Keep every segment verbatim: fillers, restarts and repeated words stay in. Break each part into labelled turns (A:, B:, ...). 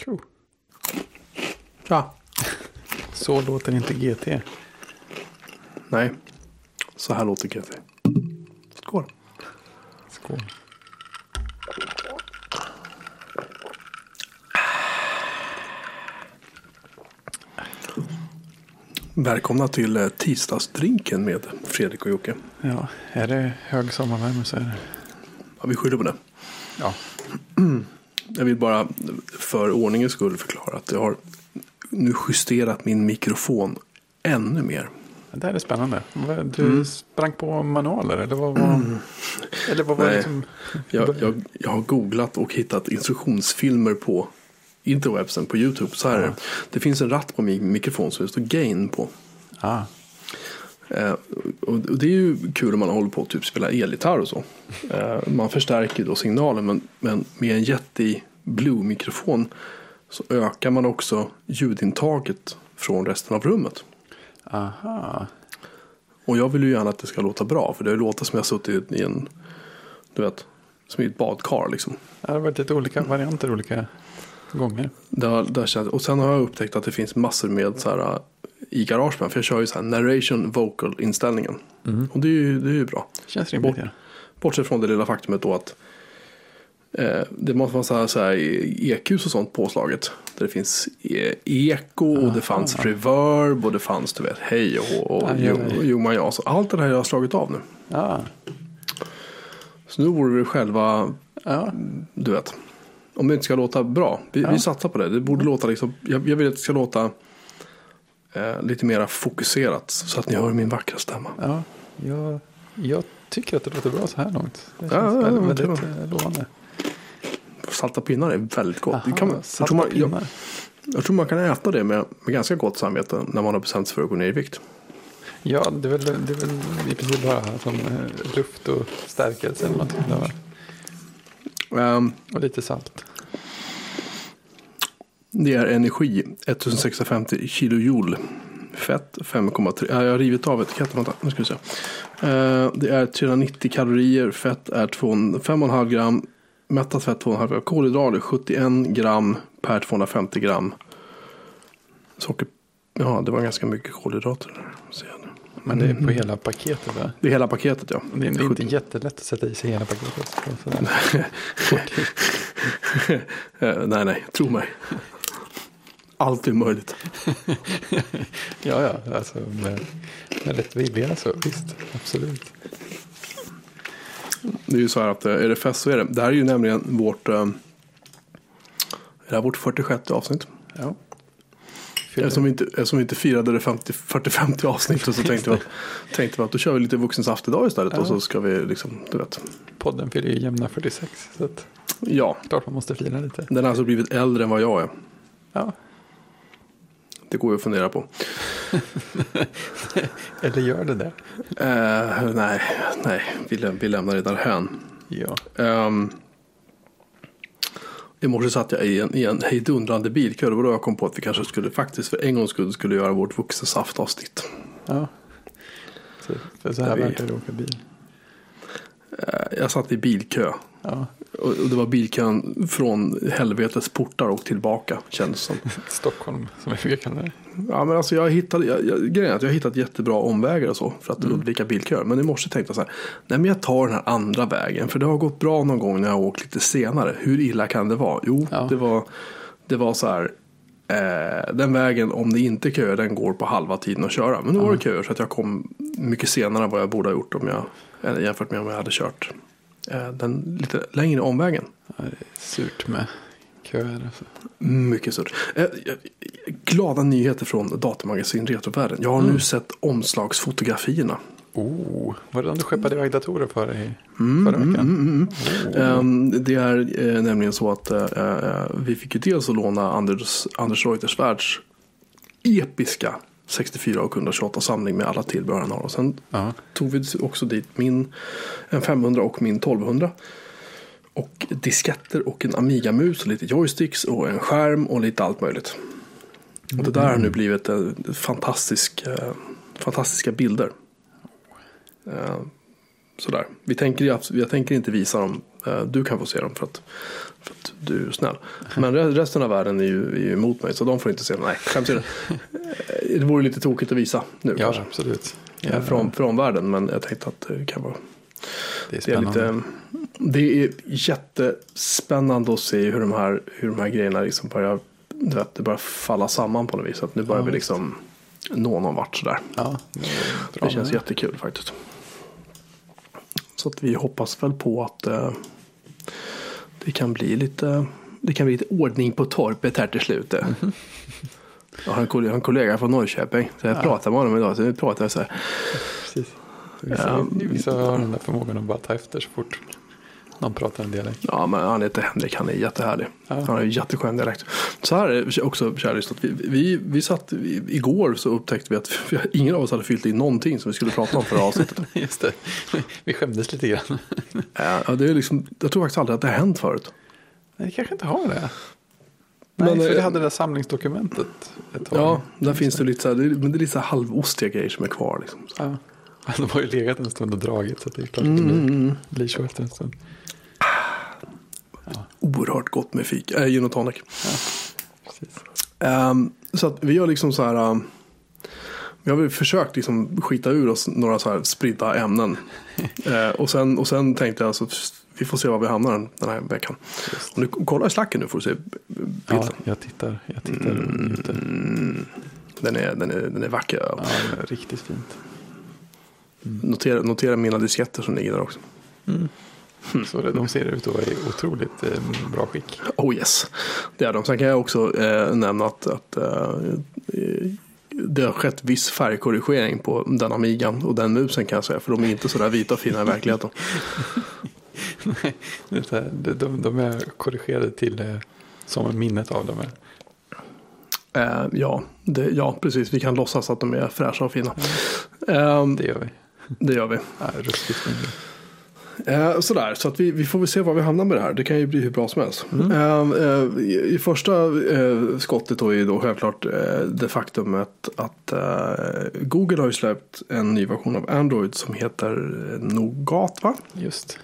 A: Cool.
B: Ja.
A: Så låter inte G T.
B: Nej, så här låter G T. Skål.
A: Skål.
B: Välkomna till tisdagsdrinken med Fredrik och Jocke.
A: Ja, är det hög sommarvärme så är det.
B: Ja, vi skyller på det.
A: Ja.
B: Jag vill bara för ordningens skull förklara att jag har nu justerat min mikrofon ännu mer.
A: Det här är spännande. Du
B: Mm.
A: sprang på manualer eller vad var, mm. eller vad var
B: Nej,
A: liksom...
B: jag, jag, jag har googlat och hittat instruktionsfilmer på interwebsen på YouTube. Så här är det. Det finns en ratt på min mikrofon som det står gain på.
A: Ah.
B: Eh, och, och det är ju kul om man håller på att typ spela elgitarr och så. Eh, man förstärker då signalen, men, men med en Yeti Blue-mikrofon så ökar man också ljudintaget från resten av rummet.
A: Aha.
B: Och jag vill ju gärna att det ska låta bra, för det låter som jag suttit i en, du vet, som i ett badkar liksom.
A: Det har varit lite olika varianter olika gånger.
B: Där, där känns, och sen har jag upptäckt att det finns massor med så här i GarageBand, för jag kör ju så här narration vocal inställningen.
A: Mm.
B: Och det är ju, det är ju bra.
A: Känns rimligt, ja.
B: Bortsett från det lilla faktumet då att eh, det måste vara så här, så här E Qs och sånt påslaget. Där det finns e- eko och
A: Aha.
B: det fanns reverb och det fanns, du vet, hej och, och,
A: Aj, aj, aj.
B: och jo, man, ja. Så allt det här har jag slagit av nu.
A: Ja.
B: Så nu vore det själva,
A: Ja.
B: du vet, om det inte ska låta bra. Vi,
A: Ja.
B: vi satsar på det. Det borde låta liksom, jag, jag vill att det ska låta eh, lite mer fokuserat så att ni hör min vackra stämma.
A: Ja. Jag, jag tycker att det låter bra så här långt. Det känns
B: Ja, ja, ja,
A: väldigt,
B: det
A: väldigt
B: var-
A: eh, lovande.
B: Salta pinnar är väldigt gott.
A: Aha,
B: det kan man, jag,
A: salta
B: tror man, jag,
A: pinnar.
B: jag tror man kan äta det med, med ganska gott samvete när man har bestämt sig för att gå ner i vikt.
A: Ja, det är väl, det är väl i princip bara som eh, luft och stärkelse eller någonting där, va?
B: Um,
A: Och lite salt.
B: det är energi sextonhundrafemtio kilojoule. Fett fem komma tre. Ja, jag har rivit av etiketten. Vänta, nu ska vi se. Uh, det är trehundranittio kalorier. Fett är två, fem komma fem gram. Mättat fett två komma fem gram. Kolhydrater sjuttioen gram per tvåhundrafemtio gram. Socker. Ja, det var ganska mycket kolhydrater. Ser jag nu.
A: Men det är på hela paketet, va?
B: Det är hela paketet, ja.
A: Det är, det är inte jättelätt att sätta i sig hela paketet. Så sådär.
B: uh, nej, nej. Tro mig. Allt är möjligt.
A: ja, ja. Alltså med, med rätt vilja så visst. Absolut.
B: Det är ju så här att är det fest så är det. Det här är ju nämligen vårt uh, det här är vårt fyrtiosjätte avsnitt.
A: Ja.
B: Eftersom vi inte, eftersom vi inte firade det fyrtio femtio avsnittet så tänkte vi att, tänkte vi att då kör vi lite vuxensaft idag istället.
A: Ja.
B: Och så ska vi liksom, du vet.
A: Podden fyller ju jämna fyrtiosex. Så att,
B: Ja,
A: klart man måste fira lite.
B: den har alltså blivit äldre än vad jag är.
A: Ja.
B: Det går ju att fundera på.
A: Eller gör det det?
B: Uh, nej, nej, vi, läm- vi lämnar det därhän.
A: Ja.
B: Um, I morse satt jag i en, i en hejdundrande bilkö och då jag kom på att vi kanske skulle faktiskt för en gångs skull skulle göra vårt vuxensafstavsnitt.
A: Ja. Så, för så här
B: Vi-
A: verkar det åka bil.
B: Uh, jag satt i bilkö.
A: Ja.
B: Och och det var bilkön från helvetets portar och tillbaka, känns som.
A: Stockholm, som vi brukar kalla det.
B: Ja, men alltså jag hittade, jag, jag, grejen är att jag har hittat jättebra omvägar och så för att
A: Mm.
B: undvika bilköer. Men i morse tänkte jag så här, nej men jag tar den här andra vägen. För det har gått bra någon gång när jag har åkt lite senare. Hur illa kan det vara? Jo,
A: Ja.
B: det var, det var så här, eh, den vägen om det inte är köer, den går på halva tiden att köra. Men nu var det köer så att jag kom mycket senare än vad jag borde ha gjort om jag, eller jämfört med om jag hade kört eh, den lite längre omvägen.
A: Ja, det är surt med köer. Alltså.
B: Mycket surt. Eh, glada nyheter från datamagasin Retrovärlden. Jag har
A: Mm.
B: nu sett omslagsfotografierna.
A: Oh, var det den du skeppade iväg datorer för i
B: Mm,
A: förra veckan?
B: mm, mm,
A: Oh.
B: mm. Det är eh, nämligen så att eh, vi fick ju dels att låna Anders, Anders Reuters världs episka sextiofyra och etthundratjugoåtta samling med alla tillbehör han har. Och sen
A: Ja.
B: tog vi också dit min en femhundra och min tolvhundra. Och disketter och en Amiga-mus och lite joysticks och en skärm och lite allt möjligt. Och det där har nu blivit en fantastisk, eh, fantastiska bilder. Eh, sådär. Vi tänker, ju, jag tänker inte visa dem. Du kan få se dem för att, för att du är snäll. Men resten av världen är ju, är ju emot mig, så de får inte se dem. Nej, skämt se det. Det vore lite tokigt att visa nu.
A: Ja,
B: kanske.
A: absolut.
B: Ja, från, från världen, men jag tänkte att det kan vara...
A: Det är spännande.
B: Det är, lite, det är jättespännande att se hur de här, hur de här grejerna liksom börjar, det börjar falla samman på något vis. Att nu börjar ja, vi liksom nå någon vart sådär. Ja, det, det känns jättekul faktiskt. Så att vi hoppas väl på att uh, det kan bli lite det kan bli lite ordning på torpet här till slut. Mm-hmm. Jag har en kollega, en kollega från Norrköping, så jag ja. pratar med honom idag, så vi pratar så här.
A: Precis. Vissa, um, vissa har den där förmågan att bara ta efter så fort någon pratar en dialekt.
B: Ja, men han heter Henrik, han är jättehärlig. Ja. Han har en jätteskön dialekt. Så här är det också, kära lyssnare, att vi, vi, vi satt, vi, igår så upptäckte vi att vi, ingen av oss hade fyllt in någonting som vi skulle prata om för avsnittet.
A: Just det, vi skämdes lite grann.
B: Ja, det är liksom, jag tror faktiskt aldrig att det har hänt förut.
A: Nej, det kanske inte har det. Nej, men, för det hade det där samlingsdokumentet ett tag.
B: Ja, där finns det lite så här, det är, men det är lite så här halvostiga grejer som är kvar. Liksom.
A: Ja. De har ju legat en stund och dragit, så det är klart att det blir, blir så efter en stund.
B: Ja. Oerhört gott med fik, äh, gin och tonic.
A: Ja, precis.
B: Um, så att vi har liksom så här, um, vi har väl försökt liksom skita ur oss några så här spridda ämnen. uh, och, sen, och sen tänkte jag så vi får se var vi hamnar den, den här veckan. Och nu, kolla i slacken nu får du se bilden.
A: Ja, jag tittar, jag tittar mm, ute.
B: Den är, den är, den är vacker.
A: Ja, det är riktigt fint.
B: Mm. Notera, notera mina disketter som ligger där också.
A: Mm. Mm. Så de ser ut att vara i otroligt eh, bra skick.
B: Oh yes, det är de. Sen kan jag också eh, nämna att, att eh, det har skett viss färgkorrigering på den Amigan och den musen kan jag säga, för de är inte så där vita och fina i verkligheten.
A: Nej, det är, de, de är korrigerade till eh, som minnet av dem är.
B: Eh, ja, det, ja, precis. Vi kan låtsas att de är fräscha och fina.
A: Mm. Um, det gör vi.
B: Det gör vi.
A: Ja, ruskigt mindre.
B: Eh, sådär, så att vi, vi får väl se var vi hamnar med det här. Det kan ju bli hur bra som helst. Mm. Eh, eh, i, I första eh, skottet då är ju då självklart eh, det faktum att, att eh, Google har ju släppt en ny version av Android som heter Nougat, va?
A: Just.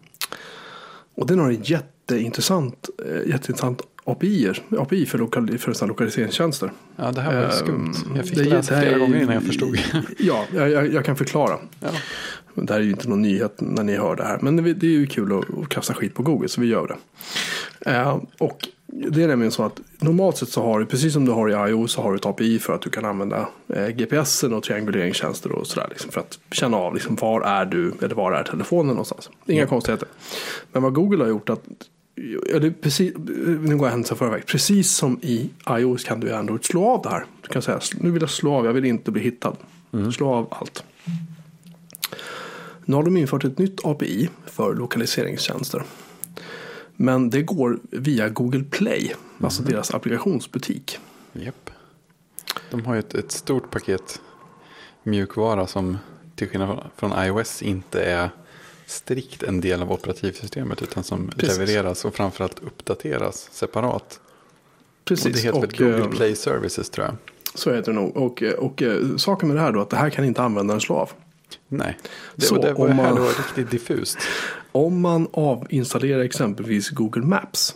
B: Och den har en jätteintressant, eh, jätteintressant A P I-er, A P I för, lokal, för sådana lokaliseringstjänster.
A: Ja, det här var skumt. Jag fick det, läsa det flera gånger innan jag förstod.
B: Ja, jag, jag kan förklara.
A: Ja.
B: Det här är ju inte någon nyhet när ni hör det här. Men det, det är ju kul att, att kasta skit på Google, så vi gör det. Eh, och det är nämligen så att normalt sett så har du, precis som du har i iOS, så har du ett A P I för att du kan använda eh, G P S och trianguleringstjänster och sådär. Liksom, för att känna av liksom, var är du eller var är telefonen någonstans. Inga mm. konstigheter. Men vad Google har gjort att ja, det är precis, nu går jag händelsen förväg. Precis som i iOS kan du ändå slå av det här. Du kan säga, nu vill jag slå av, jag vill inte bli hittad. Mm. Slå av allt. Nu har de infört ett nytt A P I för lokaliseringstjänster. Men det går via Google Play, mm. alltså deras applikationsbutik.
A: Japp. De har ju ett, ett stort paket mjukvara som till skillnad från iOS inte är strikt en del av operativsystemet utan som Precis. levereras och framförallt uppdateras separat.
B: Precis.
A: Och det heter och, Google Play Services, tror jag.
B: Så heter det nog. Och, och, och saken med det här då att det här kan inte användaren slå av.
A: Nej, det, så det var,
B: om man,
A: här var riktigt diffust.
B: Om man avinstallerar exempelvis Google Maps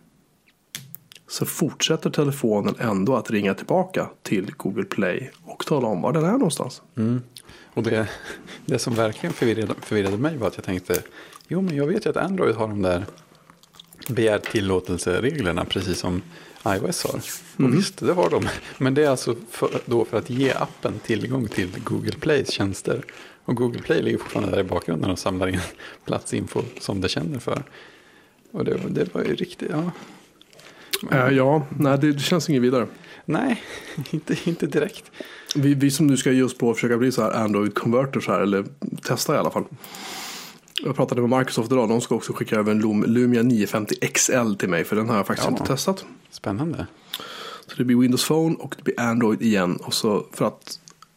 B: så fortsätter telefonen ändå att ringa tillbaka till Google Play och tala om var den är någonstans.
A: Mm. Och det, det som verkligen förvirrade, förvirrade mig var att jag tänkte, jo men jag vet ju att Android har de där begär tillåtelsereglerna precis som iOS har. Mm. Och visst, det har de. Men det är alltså för, då för att ge appen tillgång till Google Plays tjänster. Och Google Play ligger fortfarande där i bakgrunden och samlar in platsinfo som det känner för. Och det, det var ju riktigt, ja.
B: Men, äh, ja, nej det, det känns inget vidare.
A: Nej, inte, inte direkt.
B: Vi, vi som nu ska ge oss på att försöka bli så här Android-converter så här, eller testa i alla fall. Jag pratade med Microsoft idag, de ska också skicka över en Lumia nio femtio X L till mig, för den har jag faktiskt ja. inte testat.
A: Spännande.
B: Så det blir Windows Phone och det blir Android igen. Och så för att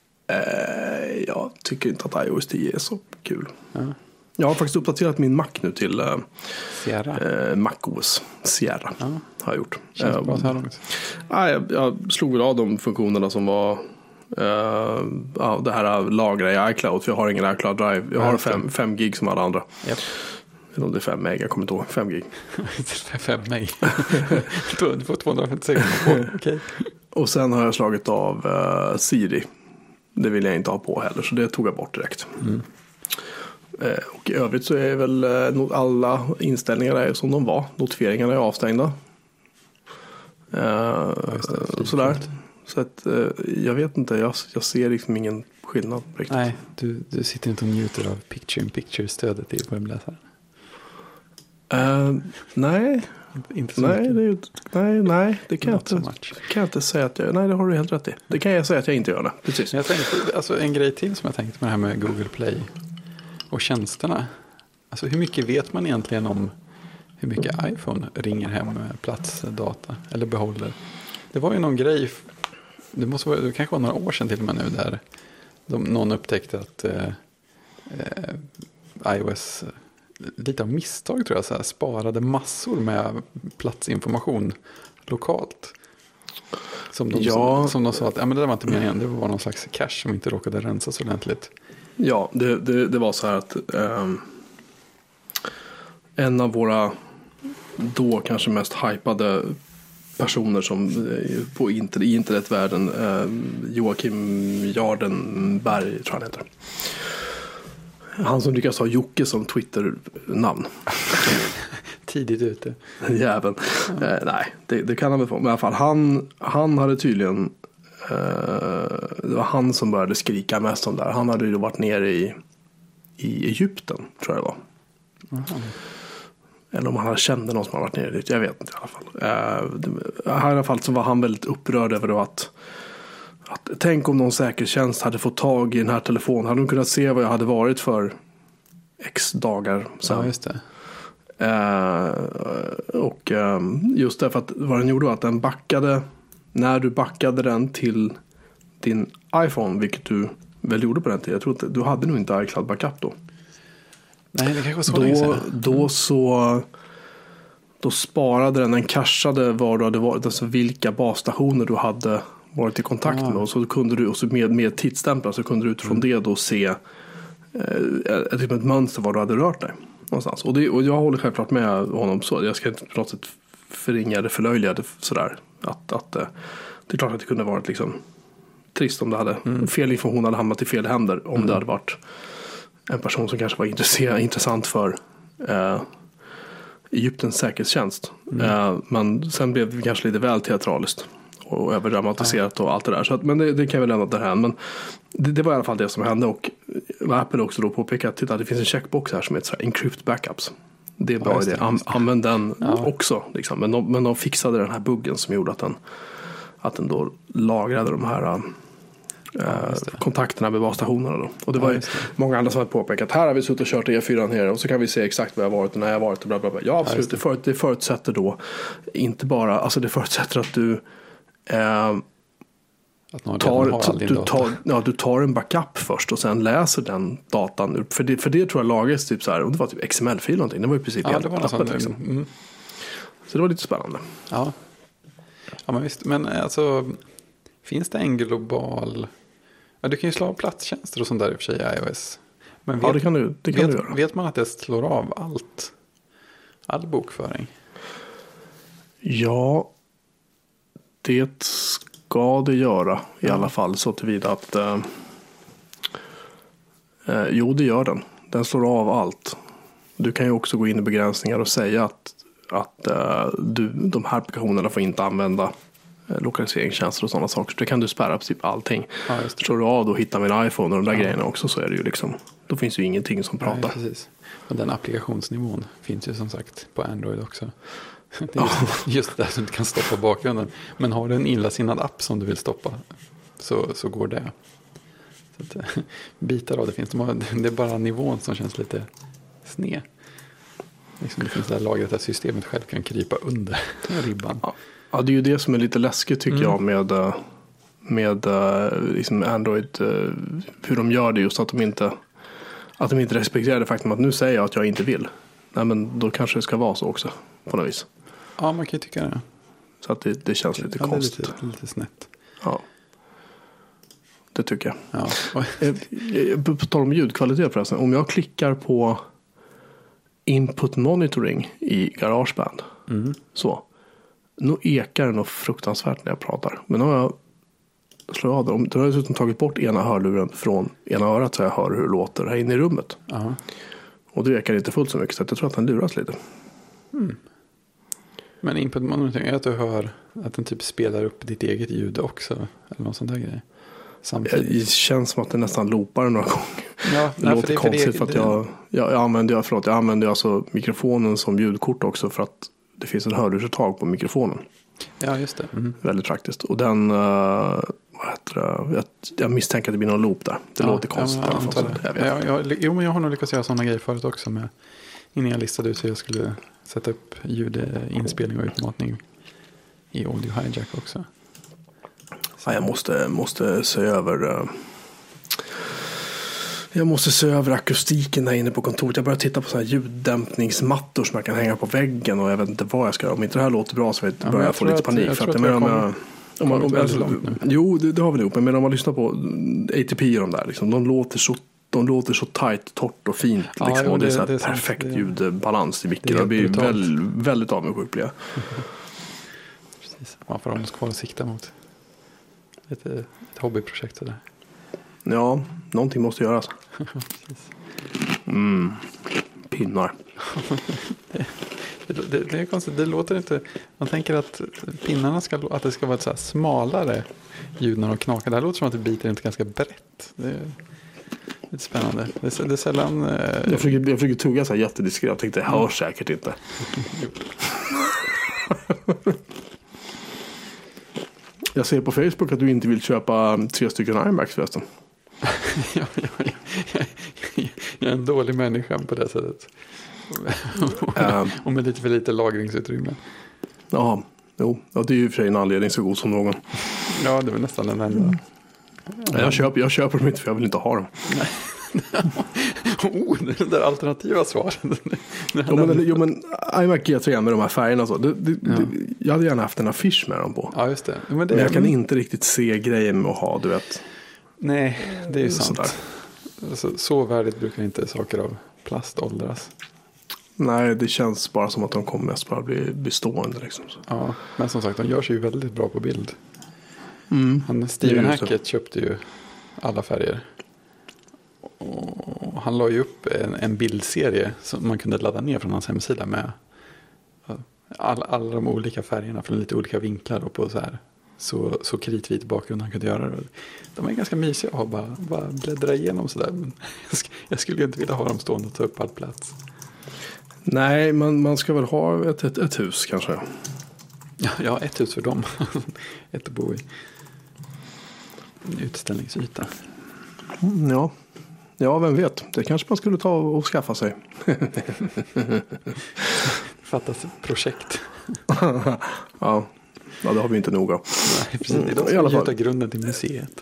B: eh, jag tycker inte att iOS tio är så kul. Ja. Jag har faktiskt uppdaterat min Mac nu till eh,
A: Sierra.
B: Eh, MacOS Sierra. Ja. Har jag gjort.
A: Känns bra så här långt.
B: Eh, jag, jag slog väl av de funktionerna som var Uh, ja, det här lagra i iCloud, för jag har ingen iCloud Drive. Jag har fem, fem gig som alla andra.
A: Yep.
B: Eller om det är fem meg, jag kommer inte ihåg. fem gig.
A: fem meg. Du får tvåhundrafemtiosex på. Okay.
B: Och sen har jag slagit av uh, Siri. Det vill jag inte ha på heller, så det tog jag bort direkt. Mm. Uh, och i övrigt så är väl uh, alla inställningar är som de var. Notifieringarna är avstängda. Uh, ja, det, sådär. Så att uh, jag vet inte, jag, jag ser liksom ingen skillnad riktigt.
A: Nej, du, du sitter inte och njuter av picture-in-picture-stödet i webbläsaren.
B: Uh, nej,
A: inte så
B: nej, det, nej, nej, det kan jag,
A: inte,
B: kan jag inte säga att jag, nej, det har du helt rätt i. Det kan jag säga att jag inte gör det, precis.
A: Jag tänkte, alltså en grej till som jag tänkte med det här med Google Play och tjänsterna. Alltså hur mycket vet man egentligen om hur mycket iPhone ringer hem med platsdata eller behåller? Det var ju någon grej, det måste vara, det kanske var några år sedan till och med nu, där de, någon upptäckte att eh, eh, iOS lite av misstag tror jag så här, sparade massor med platsinformation lokalt. Som de,
B: ja.
A: som de sa att ja, men det där var inte meningen, det var någon slags cache som inte råkade rensas ordentligt.
B: Ja, det, det, det var så här att um, en av våra då kanske mest hypade personer som på inter, i internetvärlden, um, Joakim Jardenberg tror jag han heter. Han som lyckas ha Jocke som Twitter-namn.
A: Tidigt ute.
B: Jäveln. Ja. Eh, nej, det, det kan han väl få. Men i alla fall, han, han hade tydligen eh, det var han som började skrika mest om det där. Han hade ju varit nere i, i Egypten, tror jag det var. Mm. Eller om han kände någon som har varit nere dit. Jag vet inte i alla fall. Eh, det, I alla fall så var han väldigt upprörd över då att Att, tänk om någon säkerhetstjänst hade fått tag i den här telefonen. Hade de kunnat se vad jag hade varit för x dagar sedan.
A: Ja, just det.
B: Eh, och eh, just därför att vad den gjorde var att den backade, när du backade den till din iPhone, vilket du väl gjorde på den tiden. Jag tror att du hade nog inte iCloud backup då.
A: Nej, det kanske var så
B: då,
A: länge sedan.
B: Då så då sparade den, den cachade var du hade varit, alltså vilka basstationer du hade varit i kontakt med, och så kunde du, och så med, med tidsstämplar så kunde du utifrån mm. det då se eh, ett, ett mönster var du hade rört dig någonstans. Och, det, och jag håller självklart med honom så. Jag ska inte på något sätt förringa det, förlöjliga det sådär. Att, att, eh, det är klart att det kunde varit liksom trist om det hade mm. fel information hade hamnat i fel händer, om mm. det hade varit en person som kanske var intresserad, intressant för eh, Egyptens säkerhetstjänst. Mm. Eh, men sen blev det kanske lite väl teatraliskt och överdramatiserat ja. och allt det där. Så att, men det, det kan jag väl lämna därhän. Men det, det var i alla fall det som hände. Och Apple också då påpekade att titta, det finns en checkbox här som heter så här, encrypt backups. Det är bra ja, idé. An, använd den ja. också. Liksom. Men, de, men de fixade den här buggen som gjorde att den, att den då lagrade de här ja, äh, kontakterna med basstationerna. Då. Och det ja, var ju många andra som hade påpekat, här har vi suttit och kört E fyra här och så kan vi se exakt var jag har varit och när jag har varit. Och bla bla bla. Ja, absolut. Ja, det. Det, för, det förutsätter då inte bara, alltså det förutsätter att du Eh, att tar, du, tar, ja, du tar en backup först och sen läser den datan. För det, för det tror jag lagras typ så här, och det var typ X M L-fil eller någonting. Det var ju precis
A: ja, det var öppet, liksom. mm.
B: Så det var lite spännande.
A: Ja, ja men visst. Men alltså, finns det en global... Ja, du kan ju slå av platstjänster och sånt där i och för sig i iOS. Men vet,
B: ja, det kan du, det kan
A: vet,
B: du göra.
A: Vet man att det slår av allt? All bokföring?
B: Ja, det ska det göra i ja. alla fall, så tillvida att eh, eh, jo, det gör den. Den slår av allt. Du kan ju också gå in i begränsningar och säga att, att eh, du, de här applikationerna får inte använda eh, lokaliseringstjänster och sådana saker. Så det kan du spärra på typ allting. Ja, slår du av då och hittar min iPhone och de där ja. grejerna också, så är det ju liksom, då finns ju ingenting som pratar.
A: Nej, precis. Och den applikationsnivån finns ju som sagt på Android också. Det är just, just det där som du kan stoppa bakgrunden. Men har du en illasinnad app som du vill stoppa, så, så går det. Så att, bitar av det finns. De har, det är bara nivån som känns lite sned. Liksom det finns det här lagret att systemet själv kan krypa under ribban.
B: Ja, det är ju det som är lite läskigt tycker mm. jag med, med liksom Android. Hur de gör det, just att de inte att de inte respekterar det faktum att nu säger jag att jag inte vill. Nej, men då kanske det ska vara så också på något vis.
A: Ja, man kan ju tycka det.
B: Så att det, det känns lite
A: ja,
B: konstigt.
A: Lite, lite snett.
B: Ja. Det tycker jag.
A: Ja.
B: På tal om ljudkvalitet förresten. Om jag klickar på input monitoring i GarageBand. Mm. Så. Nu ekar det nog fruktansvärt när jag pratar. Men nu har jag slår av dem. Då har jag dessutom tagit bort ena hörluren från ena örat så jag hör hur det låter här inne i rummet. Uh-huh. Och det ekar inte fullt så mycket så jag tror att den luras lite. Mm.
A: Men input monitoring är att du hör att den typ spelar upp ditt eget ljud också eller någon sån där grej. Samtidigt.
B: Det känns som att det nästan loopar några gånger.
A: Ja,
B: det
A: nej,
B: låter
A: för det,
B: konstigt
A: för,
B: för,
A: det,
B: för att jag, jag, jag använder jag, förlåt, jag använder alltså mikrofonen som ljudkort också för att det finns en hörlursuttag på mikrofonen.
A: Ja, just det. Mm.
B: Väldigt praktiskt. Och den, uh, vad heter det? Jag, jag misstänker att det blir någon loop där. Det ja, låter konstigt.
A: Ja, jag, jag, jag, vet. Ja, jag, jo, men jag har nog lyckats göra sådana grejer förut också. Med, innan jag listade ut så jag skulle sätta upp ljudinspelning och utmatning i Audio Hijack också.
B: Ja, jag måste, måste se över... Uh, Jag måste se över akustiken där inne på kontoret. Jag börjar titta på såna här ljuddämpningsmattor som jag kan hänga på väggen och jag vet inte vad jag ska göra. Om inte det här låter bra så vet, ja, börjar jag, jag få lite panik.
A: Jag
B: för att
A: jag
B: jag
A: om
B: jag, om man, om, alltså, jo, det, det har vi nog. Men om man lyssnar på A T P och de där, liksom, de låter så de låter så tajt, torrt och fint. Liksom, ja, jo, och det, det är så här det är perfekt sant, ljudbalans i vilket jag blir väl, väldigt avundsjuk blir jag.
A: Precis, man får ha något kvar att sikta mot. Ett, ett hobbyprojekt sådär.
B: Ja, någonting måste göras. Mm. Pinnar.
A: det, det, det, det är konstigt. Det låter inte... Man tänker att pinnarna ska, att det ska vara ett så här smalare ljud när de knakar. Det här låter som att det biter inte ganska brett. Det är lite spännande. Det är, det är sällan... Eh...
B: Jag, försöker, jag försöker tugga så här jättediskret. Jag tänkte, det hörs säkert inte. Jag ser på Facebook att du inte vill köpa tre stycken iMacs förresten.
A: ja, ja, ja, ja, jag är en dålig människa på det sättet. um, och med lite för lite lagringsutrymme.
B: Ja, jo, ja, det är ju för sig en anledning så god som någon.
A: Ja, det var nästan den enda. Mm.
B: Jag, köper, jag köper dem inte för jag vill inte ha dem.
A: oh, det är den där alternativa svaret.
B: jo, men, jo, men iMac G tre med de här färgerna så, det, det, ja. det, jag hade gärna haft en affisch med dem på.
A: Ja, just det. Men, det
B: men jag
A: är,
B: kan
A: men...
B: inte riktigt se grejen med att ha, du vet.
A: Nej, det är ju sant. Alltså, så värdigt brukar inte saker av plast åldras.
B: Nej, det känns bara som att de kommer mest bara bli bestående. Liksom.
A: Ja, men som sagt, de gör sig ju väldigt bra på bild.
B: Mm.
A: Han, Steven Hackett köpte ju alla färger. Och han la ju upp en, en bildserie som man kunde ladda ner från hans hemsida med all, alla de olika färgerna från lite olika vinklar och på så här så, så kritvit bakgrund han kunde göra det. De är ganska mysiga att ha, bara, bara bläddra igenom sådär. Men jag, sk- jag skulle ju inte vilja ha dem stående och ta upp all plats.
B: Nej, man, man ska väl ha ett, ett, ett hus kanske.
A: Ja, ja, ett hus för dem. Ett att bo i. En utställningsyta.
B: Mm, ja. Ja, vem vet. Det kanske man skulle ta och skaffa sig.
A: Fattas projekt.
B: ja. ja, det har vi inte noga.
A: Nej, precis. Det är de som gjuta grunden till museet.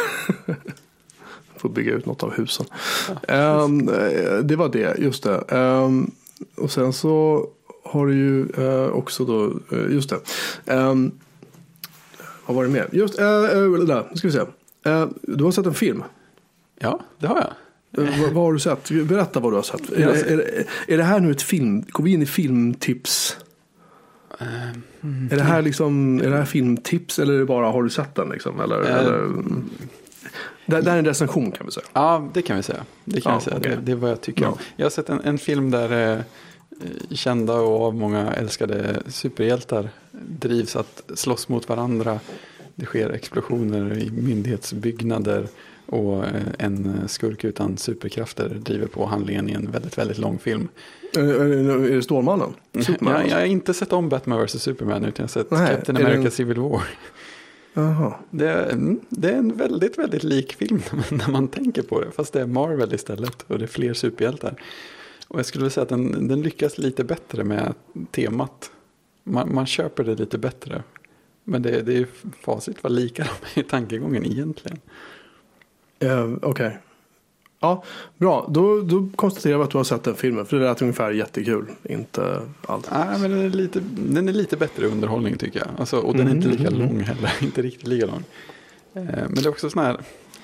B: Får bygga ut något av husen. Ja, um, det var det, just det. Um, och sen så har du ju uh, också då, uh, just det. Um, vad var det mer? Just, uh, uh, där, nu ska vi se. Uh, du har sett en film.
A: Ja, det har jag.
B: Uh, vad, vad har du sett? Berätta vad du har sett. Är, är, är, är det här nu ett film? Går vi in i filmtips? Uh, mm, är det här liksom, är det här filmtips eller är det bara har du sett den liksom? Eller, uh, eller det, det är en recension kan vi säga.
A: Ja, det kan vi säga. Det kan
B: ja,
A: vi säga.
B: Okay.
A: Det, det är vad jag tycker
B: ja.
A: om. Jag har sett en, en film där eh, kända och av många älskade superhjältar drivs att slåss mot varandra. Det sker explosioner i myndighetsbyggnader och eh, en skurk utan superkrafter driver på handlingen i en väldigt, väldigt lång film.
B: Är, är, är det Stålmannen?
A: Superman, ja, jag har inte sett om Batman versus Superman utan jag har sett Nej, Captain America en... Civil War.
B: Aha.
A: Det, är, det är en väldigt, väldigt lik film när man tänker på det. Fast det är Marvel istället och det är fler superhjältar. Och jag skulle vilja säga att den, den lyckas lite bättre med temat. Man, man köper det lite bättre. Men det, det är ju facit vad lika de är i tankegången egentligen.
B: Uh, Okej. Okay. Ja, bra. Då, då konstaterar vi att du har sett den filmen. För det lät ungefär jättekul. Inte allt.
A: Nej, men den är lite, den är lite bättre underhållning tycker jag. Alltså, och den är inte lika mm. lång heller. Inte riktigt lika lång. Eh, men det är också sån här...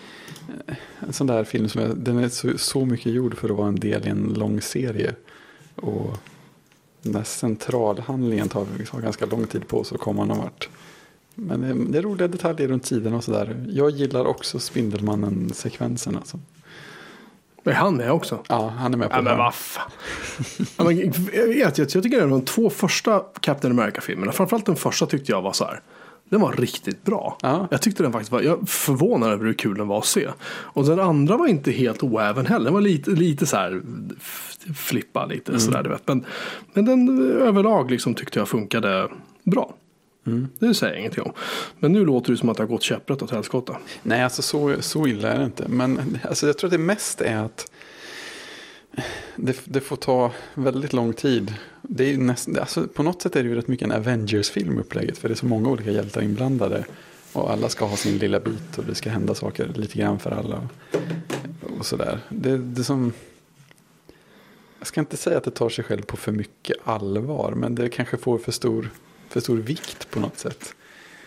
A: en sån där film som är, den är så, så mycket gjord för att vara en del i en lång serie. Och den här centralhandlingen tar, tar ganska lång tid på så kommer någon vart. Men det, det är roliga detaljer runt tiden och sådär. Jag gillar också Spindelmannen-sekvensen alltså.
B: Är han med också?
A: Ja, han är med på
B: ja,
A: det.
B: Men vad fan. ja, men, jag, vet, jag, jag tycker att de två första Captain America-filmerna, framförallt den första tyckte jag var så här. Den var riktigt bra.
A: Ja.
B: Jag tyckte den faktiskt var, jag förvånade över hur kul den var att se. Och den andra var inte helt oäven heller. Den var lite, lite så här flippa lite mm. sådär, du vet. Men, men den överlag liksom tyckte jag funkade bra. Mm. Det säger jag ingenting om. Men nu låter det som att det har gått käpprätt åt helskotta.
A: Nej, alltså så, så illa är det inte. Men alltså, jag tror att det mest är att det, det får ta väldigt lång tid. Det är näst, alltså, på något sätt är det ju rätt mycket en Avengers-film upplägget. För det är så många olika hjältar inblandade. Och alla ska ha sin lilla bit. Och det ska hända saker lite grann för alla. Och, och sådär. Det, det som... Jag ska inte säga att det tar sig själv på för mycket allvar. Men det kanske får för stor... för stor vikt på något sätt.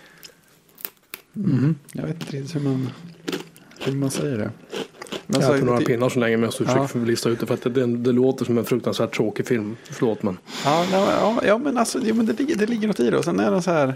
A: Mm. Jag vet inte riktigt hur man, hur man säger det.
B: Men jag har några det, pinnar så länge men jag så försöker ja. för lista ut det för att det, det, det låter som en fruktansvärt tråkig film. Förlåt men.
A: Ja, ja, ja men alltså ja, men det, ligger, det ligger något i det. Och sen är den så här.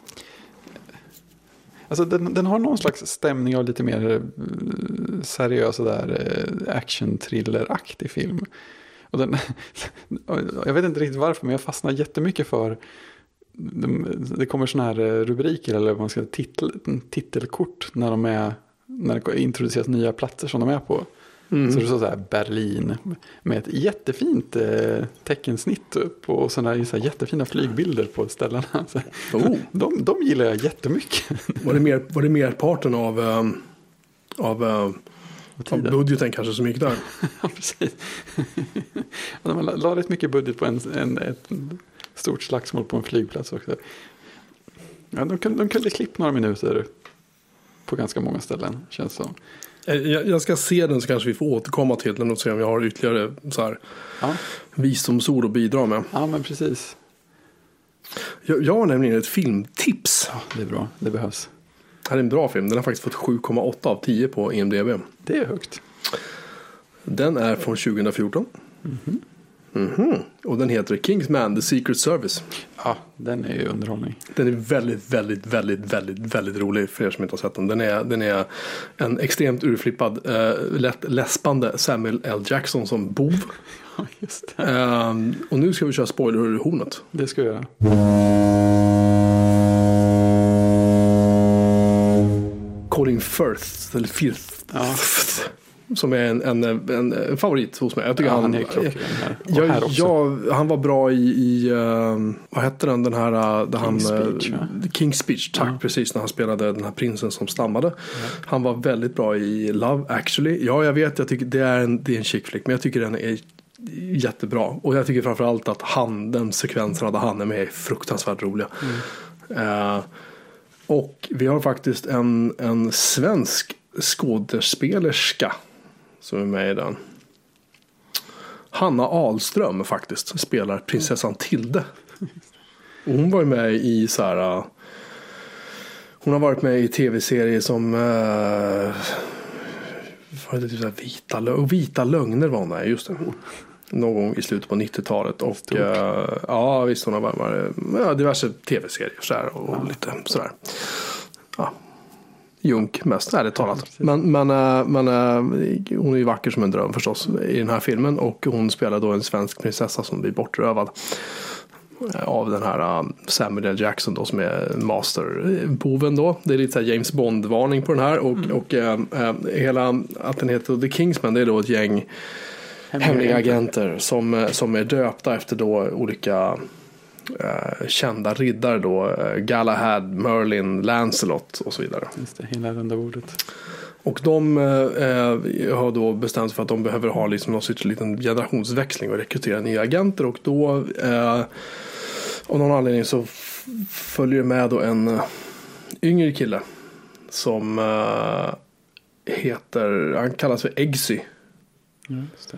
A: Alltså den, den har någon slags stämning av lite mer seriös där action-thriller-aktig film. Och den, jag vet inte riktigt varför men jag fastnar jättemycket för det kommer såna här rubriker eller vad man ska titel, titelkort när de är när det introduceras nya platser som de är på. Mm. Så det står så här Berlin med ett jättefint eh, teckensnitt upp och sådana så här jättefina flygbilder på ställena. Så, oh. de, de gillar jag jättemycket.
B: Var det mer var det mer parten av um, av uh, Av budgeten kanske som gick där.
A: Ja, precis. Man la, la rätt mycket budget på en, en, ett stort slagsmål på en flygplats också. Ja, de, kunde, de kunde klippa några minuter på ganska många ställen, känns som.
B: Jag, jag ska se den så kanske vi får återkomma till den och se om vi har ytterligare så här ja. visdomsord att bidra med.
A: Ja, men precis.
B: Jag, jag har nämligen ett filmtips.
A: Ja, det är bra. Det behövs.
B: Det här är en bra film. Den har faktiskt fått sju komma åtta av tio på I M D B.
A: Det är högt.
B: Den är från tjugo fjorton. Mm-hmm. Mm-hmm. Och den heter Kingsman, The Secret Service.
A: Ja, den är ju underhållning.
B: Den är väldigt, väldigt, väldigt, väldigt, väldigt rolig för er som inte har sett den. Den är, den är en extremt urflippad, äh, lätt läspande Samuel L. Jackson som bov.
A: Ja, just det.
B: Um, och nu ska vi köra spoiler-hornet.
A: Det ska vi göra.
B: Colin Firth eller Firth
A: ja.
B: som är en, en, en, en favorit hos mig. Jag tycker
A: ja,
B: han,
A: han är klockren här.
B: Jag,
A: här också.
B: Jag, han var bra i, i uh, vad hette den den här uh,
A: King's
B: han,
A: Speech,
B: uh, King's Speech, tack ja. precis när han spelade den här prinsen som stammade. Ja. Han var väldigt bra i Love Actually. Ja, jag vet, jag tycker det är en, det är en chick flick, men jag tycker den är jättebra. Och jag tycker framförallt att han, den sekvensen där han är med är fruktansvärt roliga. Mm. Uh, Och vi har faktiskt en, en svensk skådespelerska som är med i den. Hanna Ahlström faktiskt spelar prinsessan Tilde. Och hon var med i så här. Hon har varit med i tv-serier som uh, var det typ så här vita, lö- vita lögner var hon med, just det. Någon gång i slutet på nittiotalet. Och uh, ja, visst hon har varit ja, diverse tv-serier så här, och ja. lite sådär. Ja. Junk mest, ärligt talat. Men, men, men hon är ju vacker som en dröm förstås i den här filmen. Och hon spelar då en svensk prinsessa som blir bortrövad av den här Samuel L. Jackson då, som är masterboven då. Det är lite så här James Bond-varning på den här. Och, mm. och äh, hela att den heter The Kingsman, det är då ett gäng hemliga, hemliga agenter som, som är döpta efter då olika Uh, kända riddare då, uh, Galahad, Merlin, Lancelot och så vidare.
A: Just det, hela runda bordet.
B: Och de uh, uh, har då bestämt sig för att de behöver ha liksom någon sorts liten generationsväxling och rekrytera nya agenter, och då uh, av någon anledning så f- följer med då en uh, yngre kille som uh, heter, han kallas för Eggsy.
A: Ja, just det.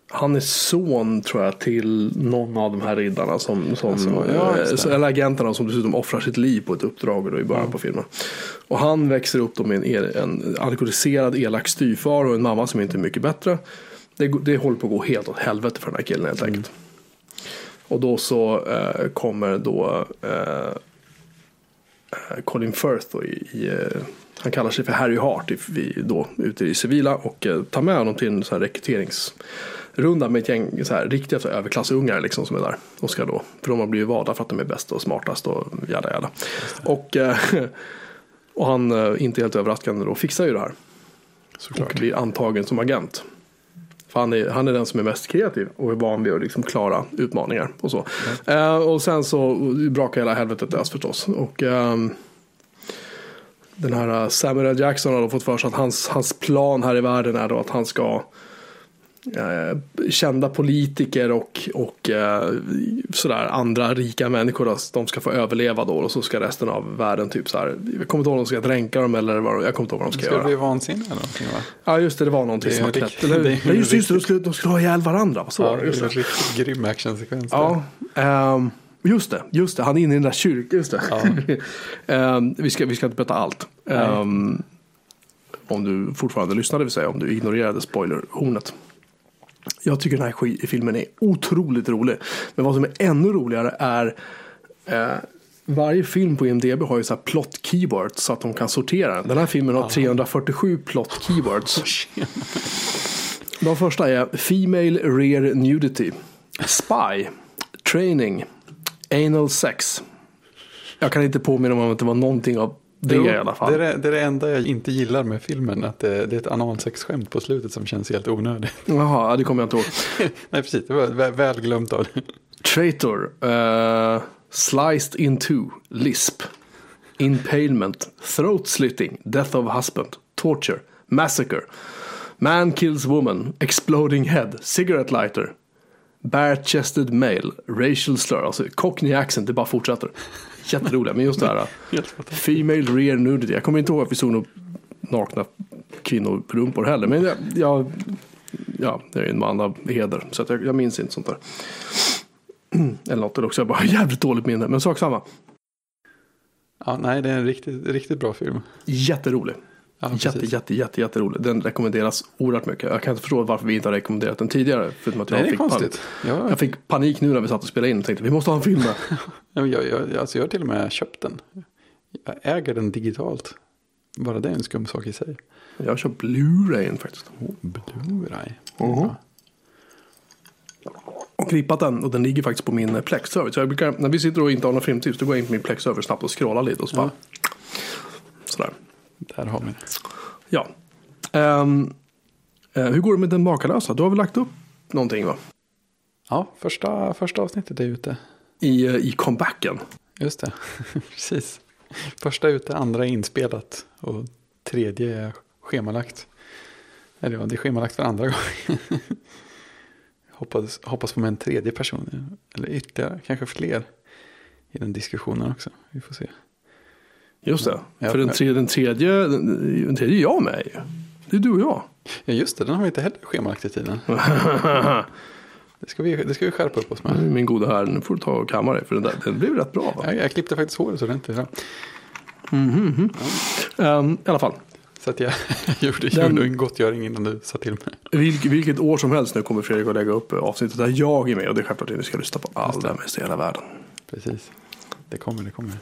B: han är son tror jag till någon av de här riddarna som, som
A: alltså, ja,
B: äh, eller agenterna som dessutom offrar sitt liv på ett uppdrag då i början mm. på filmen. Och han växer upp då med en, en alkoholiserad elak styvfar och en mamma som inte är mycket bättre. Det, det håller på att gå helt åt helvete för den här killen helt enkelt. Mm. Och då så äh, kommer då äh, Colin Firth då i, i äh, han kallar sig för Harry Hart i, i, då, ute i civila och äh, tar med honom till en sån här rekryteringsrunda med ett gäng så här, riktiga så här, överklassungar liksom, som är där. Och ska då, för de har blivit valda för att de är bäst och smartast och jada jada. Och, äh, och han, äh, inte helt överraskande då, fixar ju det här. Såklart. Och blir antagen som agent. För han är, han är den som är mest kreativ och är van vid att liksom klara utmaningar och så. Mm. Uh, och sen så brakar hela helvetet lös förstås. Och um, den här Samuel L. Jackson har då fått för sig att hans, hans plan här i världen är då att han ska uh, kända politiker och, och uh, sådär andra rika människor då, de ska få överleva då och så ska resten av världen typ så här, jag kommer inte ihåg om de ska dränka dem eller vad, jag kommer inte ihåg vad de ska, ska göra.
A: Ska det bli vansinne eller någonting, va? Ja
B: just det, det var någonting det som var rätt. Eller, det är just, just det, de skulle, de skulle ha ihjäl varandra. Så
A: ja,
B: var det, just
A: det. Riktigt grym actionsekvens.
B: Ja, um, just det, just det, han är inne i den där kyrkan, just det. Ja. um, vi, ska, vi ska inte berätta allt. Um, om du fortfarande lyssnade, vill säga, om du ignorerade spoilerhornet. Jag tycker den här sk- filmen är otroligt rolig. Men vad som är ännu roligare är eh, varje film på I M D B har ju så här plot keywords så att de kan sortera den. Den här filmen har trehundrafyrtiosju plot keywords. De första är Female Rear Nudity, Spy, Training, Anal Sex. Jag kan inte påminna mig om att det var någonting av det jo, i alla fall.
A: Det är det, det är det enda jag inte gillar med filmen. Att det, det är ett analsexskämt på slutet som känns helt onödigt.
B: Jaha, det kommer jag inte ihåg.
A: Nej, precis. Det var väl, väl glömt av det.
B: Traitor. Uh, sliced in two. Lisp. Impalement. Throat slitting. Death of husband. Torture. Massacre. Man kills woman. Exploding head. Cigarette lighter. Bare-chested male. Racial slur. Alltså cockney accent. Det bara fortsätter. Jätteroliga, men just det här Female rear nudity. Jag kommer inte ihåg att vi såg några nakna kvinnorumpor heller. Men jag, jag, ja, det är en man av heder. Så att jag, jag minns inte sånt där. Eller något också. Jag bara jävligt dåligt minne. Men sak samma.
A: Ja, nej, det är en riktigt, riktigt bra film.
B: Jätterolig.
A: Ja,
B: jätte, jätte, jätte, jätterolig. Den rekommenderas oerhört mycket. Jag kan inte förstå varför vi inte har rekommenderat den tidigare. För att jag,
A: nej,
B: fick
A: konstigt.
B: Ja. jag fick panik nu när vi satt och spelade in och tänkte vi måste ha en film där.
A: jag, jag, alltså jag har till och med köpt den. Jag äger den digitalt. Bara det är en skum sak i sig.
B: Jag har köpt Blu-ray faktiskt.
A: Oh, Blu-ray.
B: Uh-huh. Och klippat den och den ligger faktiskt på min Plex-server. Så jag brukar, när vi sitter och inte har någon filmtips, då går jag in på min Plex-server snabbt och scrollar lite och så bara, ja. Sådär.
A: Där har vi det.
B: Ja. Um, uh, hur går det med Den makalösa? Du har väl lagt upp någonting, va?
A: Ja, första, första avsnittet är ute.
B: I, uh, i comebacken.
A: Just det, precis. Första ute, andra är inspelat och tredje är schemalagt. Eller ja, det är schemalagt för andra gången. hoppas, hoppas på med en tredje person. Eller ytterligare, kanske fler i den diskussionen också. Vi får se. Just det, ja, för den tredje, den tredje, den tredje är jag med ju. Det är du och jag. Ja just det, den har vi inte heller schemalagt i tiden. det, ska vi, det ska vi skärpa upp oss med. Min goda här, nu får du ta och kamma dig för den där, den blev rätt bra, va? Jag, jag klippte faktiskt håret så det inte. Ja. Mm-hmm. Ja. Um, I alla fall. Så att jag gjorde, den, gjorde en gottgöring innan du sa till mig. Vilk, vilket år som helst nu kommer Fredrik att lägga upp avsnittet där jag är med. Och det är självklart att ni ska lyssna på allt det mest i hela världen. Precis, det kommer, det kommer.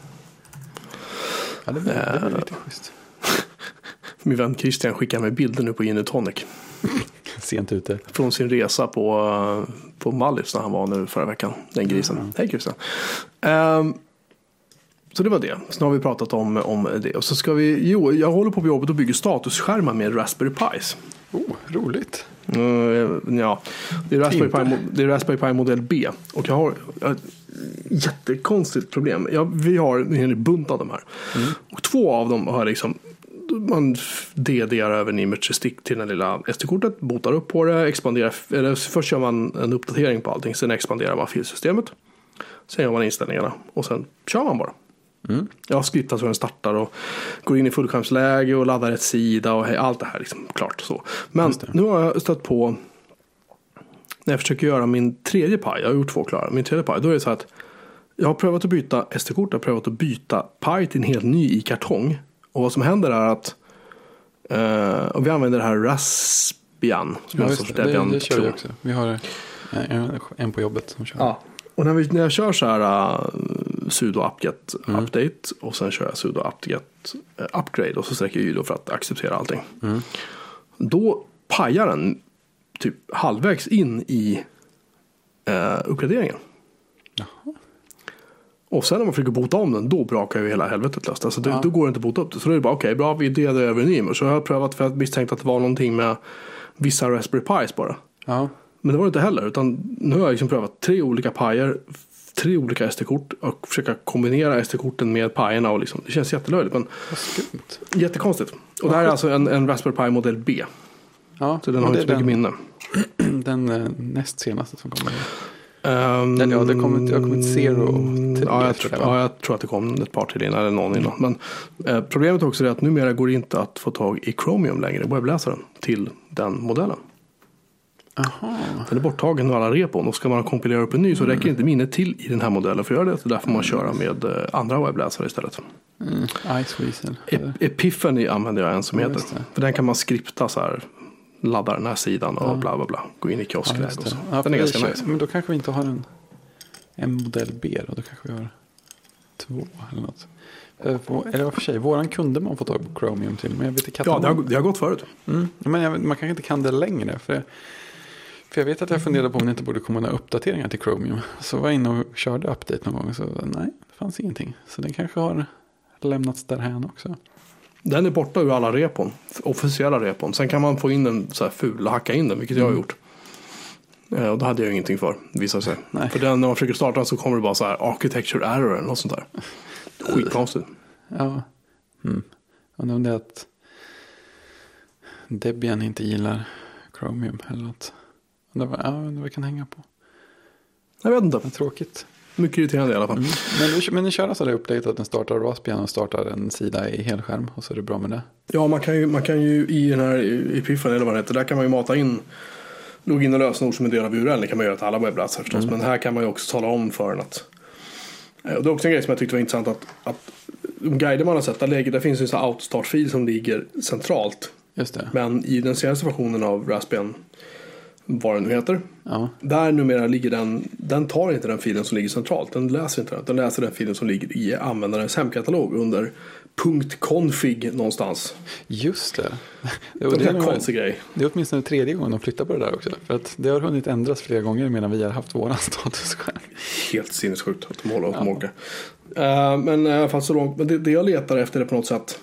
A: Ja, det blir, det blir lite schysst. Min vän Christian skickar mig bilder nu på Gin and Tonic. Sent ute. Från sin resa på, på Mallis när han var nu förra veckan. Den grisen. Mm. Hej Christian. Um, så det var det. Så nu har vi pratat om, om det. Och så ska vi, jo, jag håller på på jobbet och bygger statusskärmar med Raspberry Pis. Oh, roligt. Uh, ja, det är Raspberry Pi, det är Raspberry Pi modell B. Och jag har ett jättekonstigt problem. Jag, vi har en hel bunt av de här. Mm. Och två av dem har liksom, man D D:ar över en image stick till den lilla S D-kortet, botar upp på det, expanderar, eller först gör man en uppdatering på allting, sen expanderar man filsystemet. Sen gör man inställningarna och sen kör man bara. Mm. Jag har skriptat så den startar och går in i fullskärmsläge och laddar ett sida och hej, allt det här liksom klart så. Men nu har jag stött på
B: när jag försöker göra min tredje paj, jag har gjort två klara, min tredje paj, då är det så att jag har prövat att byta S D-kort, jag har prövat att byta paj till en helt ny i kartong. Och vad som händer är att uh, och vi använder det här Raspbian. Som
A: ja,
B: är
A: just, det, det, det kör vi också. Vi har en, en på jobbet som kör.
B: Ja. Och när, vi, när jag kör så här uh, sudo apt-get
A: mm.
B: update och sen kör jag sudo apt-get uh, upgrade och så sträcker jag då för att acceptera allting.
A: Mm.
B: Då pajar den typ halvvägs in i uh, uppgraderingen.
A: Jaha.
B: Och sen när man försöker bota om den, då brakar ju hela helvetet löst. Alltså det,
A: ja.
B: Då går det inte att bota upp det. Så då är det bara, okej, okay, bra, vi delade över en ny. Så jag har prövat för att misstänkt att det var någonting med vissa Raspberry Pis bara.
A: Ja.
B: Men det var det inte heller. Utan nu har jag liksom prövat tre olika pajer, tre olika S D-kort och försöka kombinera S D-korten med pajerna. Och liksom, det känns jättelöjligt, men
A: vad skumt.
B: Jättekonstigt. Och det här är alltså en, en Raspberry Pi modell B.
A: Ja,
B: så den har inte så mycket minne.
A: Den uh, näst senaste som kommer.
B: Um,
A: Den, ja, det kom, jag kom inte Zero till
B: ja, jag tror, ja, jag tror att det kom ett par till innan eller någon innan. Men eh, problemet också är att numera går det inte att få tag i Chromium längre, webbläsaren, till den modellen.
A: Aha.
B: Den är borttagen och alla repon, och ska man kompilera upp en ny så räcker inte minnet till i den här modellen för att göra det. Så därför får man köra med eh, andra webbläsare istället.
A: Mm. Iceweasel.
B: E- Epiphany använder jag en som
A: ja,
B: heter. För den kan man skripta så här, ladda den här sidan och ja. bla bla bla. Gå in i kioskläge ja, och så.
A: Ja,
B: den är ganska nice.
A: Men då kanske vi inte har en, en modell B då. Då kanske vi har två eller något. Eller för sig, våran kunde man få tag på Chromium till. Men jag vet inte,
B: ja, det har, det har gått förut.
A: Mm. Men jag, man kanske inte kan det längre. För, för jag vet att jag funderade på om det inte borde komma några uppdateringar till Chromium. Så var jag inne och körde update någon gång. Så nej, det fanns ingenting. Så den kanske har lämnats därhän också.
B: Den är borta ur alla repon. Officiella repon. Sen kan man få in den så här ful och hacka in den. Vilket mm. jag har gjort. Eh, och då hade jag ingenting för. Visar sig. Nej. För den, när man försöker starta så kommer det bara så här architecture error eller något sånt där. Skitkonstigt.
A: Ja. Mm. Undrar om det är att Debian inte gillar Chromium eller något. Undrar vad, ja, undrar vad vi kan hänga på.
B: Jag vet inte.
A: Det är tråkigt.
B: Mycket irriterande i alla fall.
A: Mm. Men, du, men ni kör alltså det update att den startar Raspbian och startar en sida i helskärm och så är det bra med det? Ja,
B: man kan ju, man kan ju i den här Epiphany eller vad det heter, där kan man ju mata in login och lösenord som en del av U R L. Det kan man göra till alla webbläsare förstås. Mm. Men här kan man ju också tala om för den att... Och det är också en grej som jag tyckte var intressant att, att de guider man har sett, där, lägger, där finns en sån här autostart-fil som ligger centralt.
A: Just det.
B: Men i den senaste versionen av Raspbian, vad den nu heter,
A: ja.
B: Där numera ligger den, den tar inte den filen som ligger centralt, den läser inte den, den läser den filen som ligger i användarens hemkatalog under .config någonstans.
A: Just det.
B: Det, det, det är en konstig grej.
A: Det är åtminstone tredje gången de flyttar på det där också, för att det har hunnit ändras flera gånger medan vi har haft våran statusskärm.
B: Helt sinnessjukt att de håller och ja. uh, men i alla fall så långt, men det, det jag letar efter är på något sätt.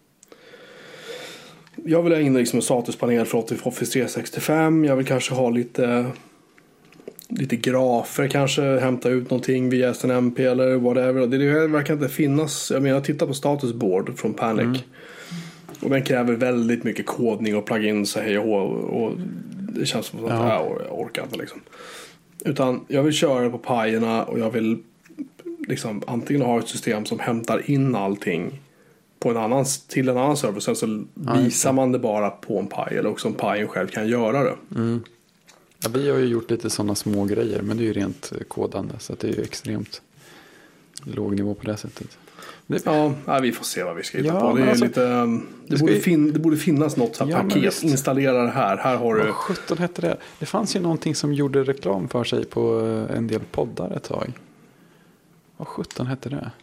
B: Jag vill ha in liksom en statuspanel för Office tre sextiofem. Jag vill kanske ha lite lite grafer, kanske hämta ut någonting via S N M P eller whatever. Det, det verkar inte finnas. Jag menar, titta på statusboard från Panic. Mm. Och den kräver väldigt mycket kodning och plugins och hej och hå. Och det känns som att ja. jag orkar inte liksom. Utan jag vill köra på pajerna och jag vill liksom antingen ha ett system som hämtar in allting på en annan, till en annan server. Sen så ja, visar man det bara på en paj. Eller också om pajen själv kan göra det.
A: Mm. Ja, vi har ju gjort lite sådana små grejer. Men det är ju rent kodande. Så att det är ju extremt låg nivå på det sättet. Det...
B: Ja, nej, vi får se vad vi ska hitta
A: ja,
B: på. Det, är
A: alltså,
B: lite, det,
A: det,
B: borde
A: ska...
B: fin, det borde finnas något så här ja, paket. Installera det här. Här har du...
A: Vad sjutton hette det? Det fanns ju någonting som gjorde reklam för sig på en del poddar ett tag. Vad sjutton hette det?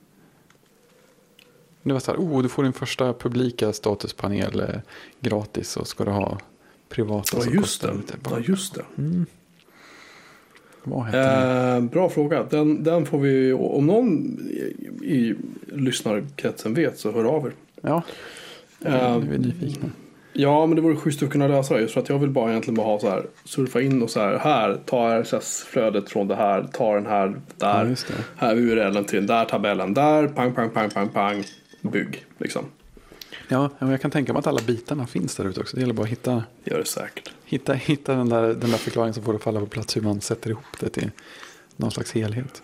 A: Det var så här, oh, du får din första publika statuspanel eh, gratis och ska du ha privata.
B: Ja, just det. Ja, just det.
A: Mm. Vad heter
B: eh, bra fråga. Den, den får vi, om någon i, i lyssnarkretsen vet så hör av er.
A: Ja, nu är vi nyfikna.
B: Ja, men det vore schysst att kunna lösa det. Just för att jag vill bara egentligen bara ha så här, surfa in och så här, här, ta R S S-flödet från det här, ta den här, där,
A: ja, just det.
B: Här U R L-en till, där tabellen, där, pang, pang, pang, pang, pang, bygg, liksom.
A: Ja, men jag kan tänka mig att alla bitarna finns där ute också. Det gäller bara att hitta,
B: det gör det säkert.
A: hitta, hitta den, där, den där förklaringen som får det falla på plats hur man sätter ihop det till någon slags helhet.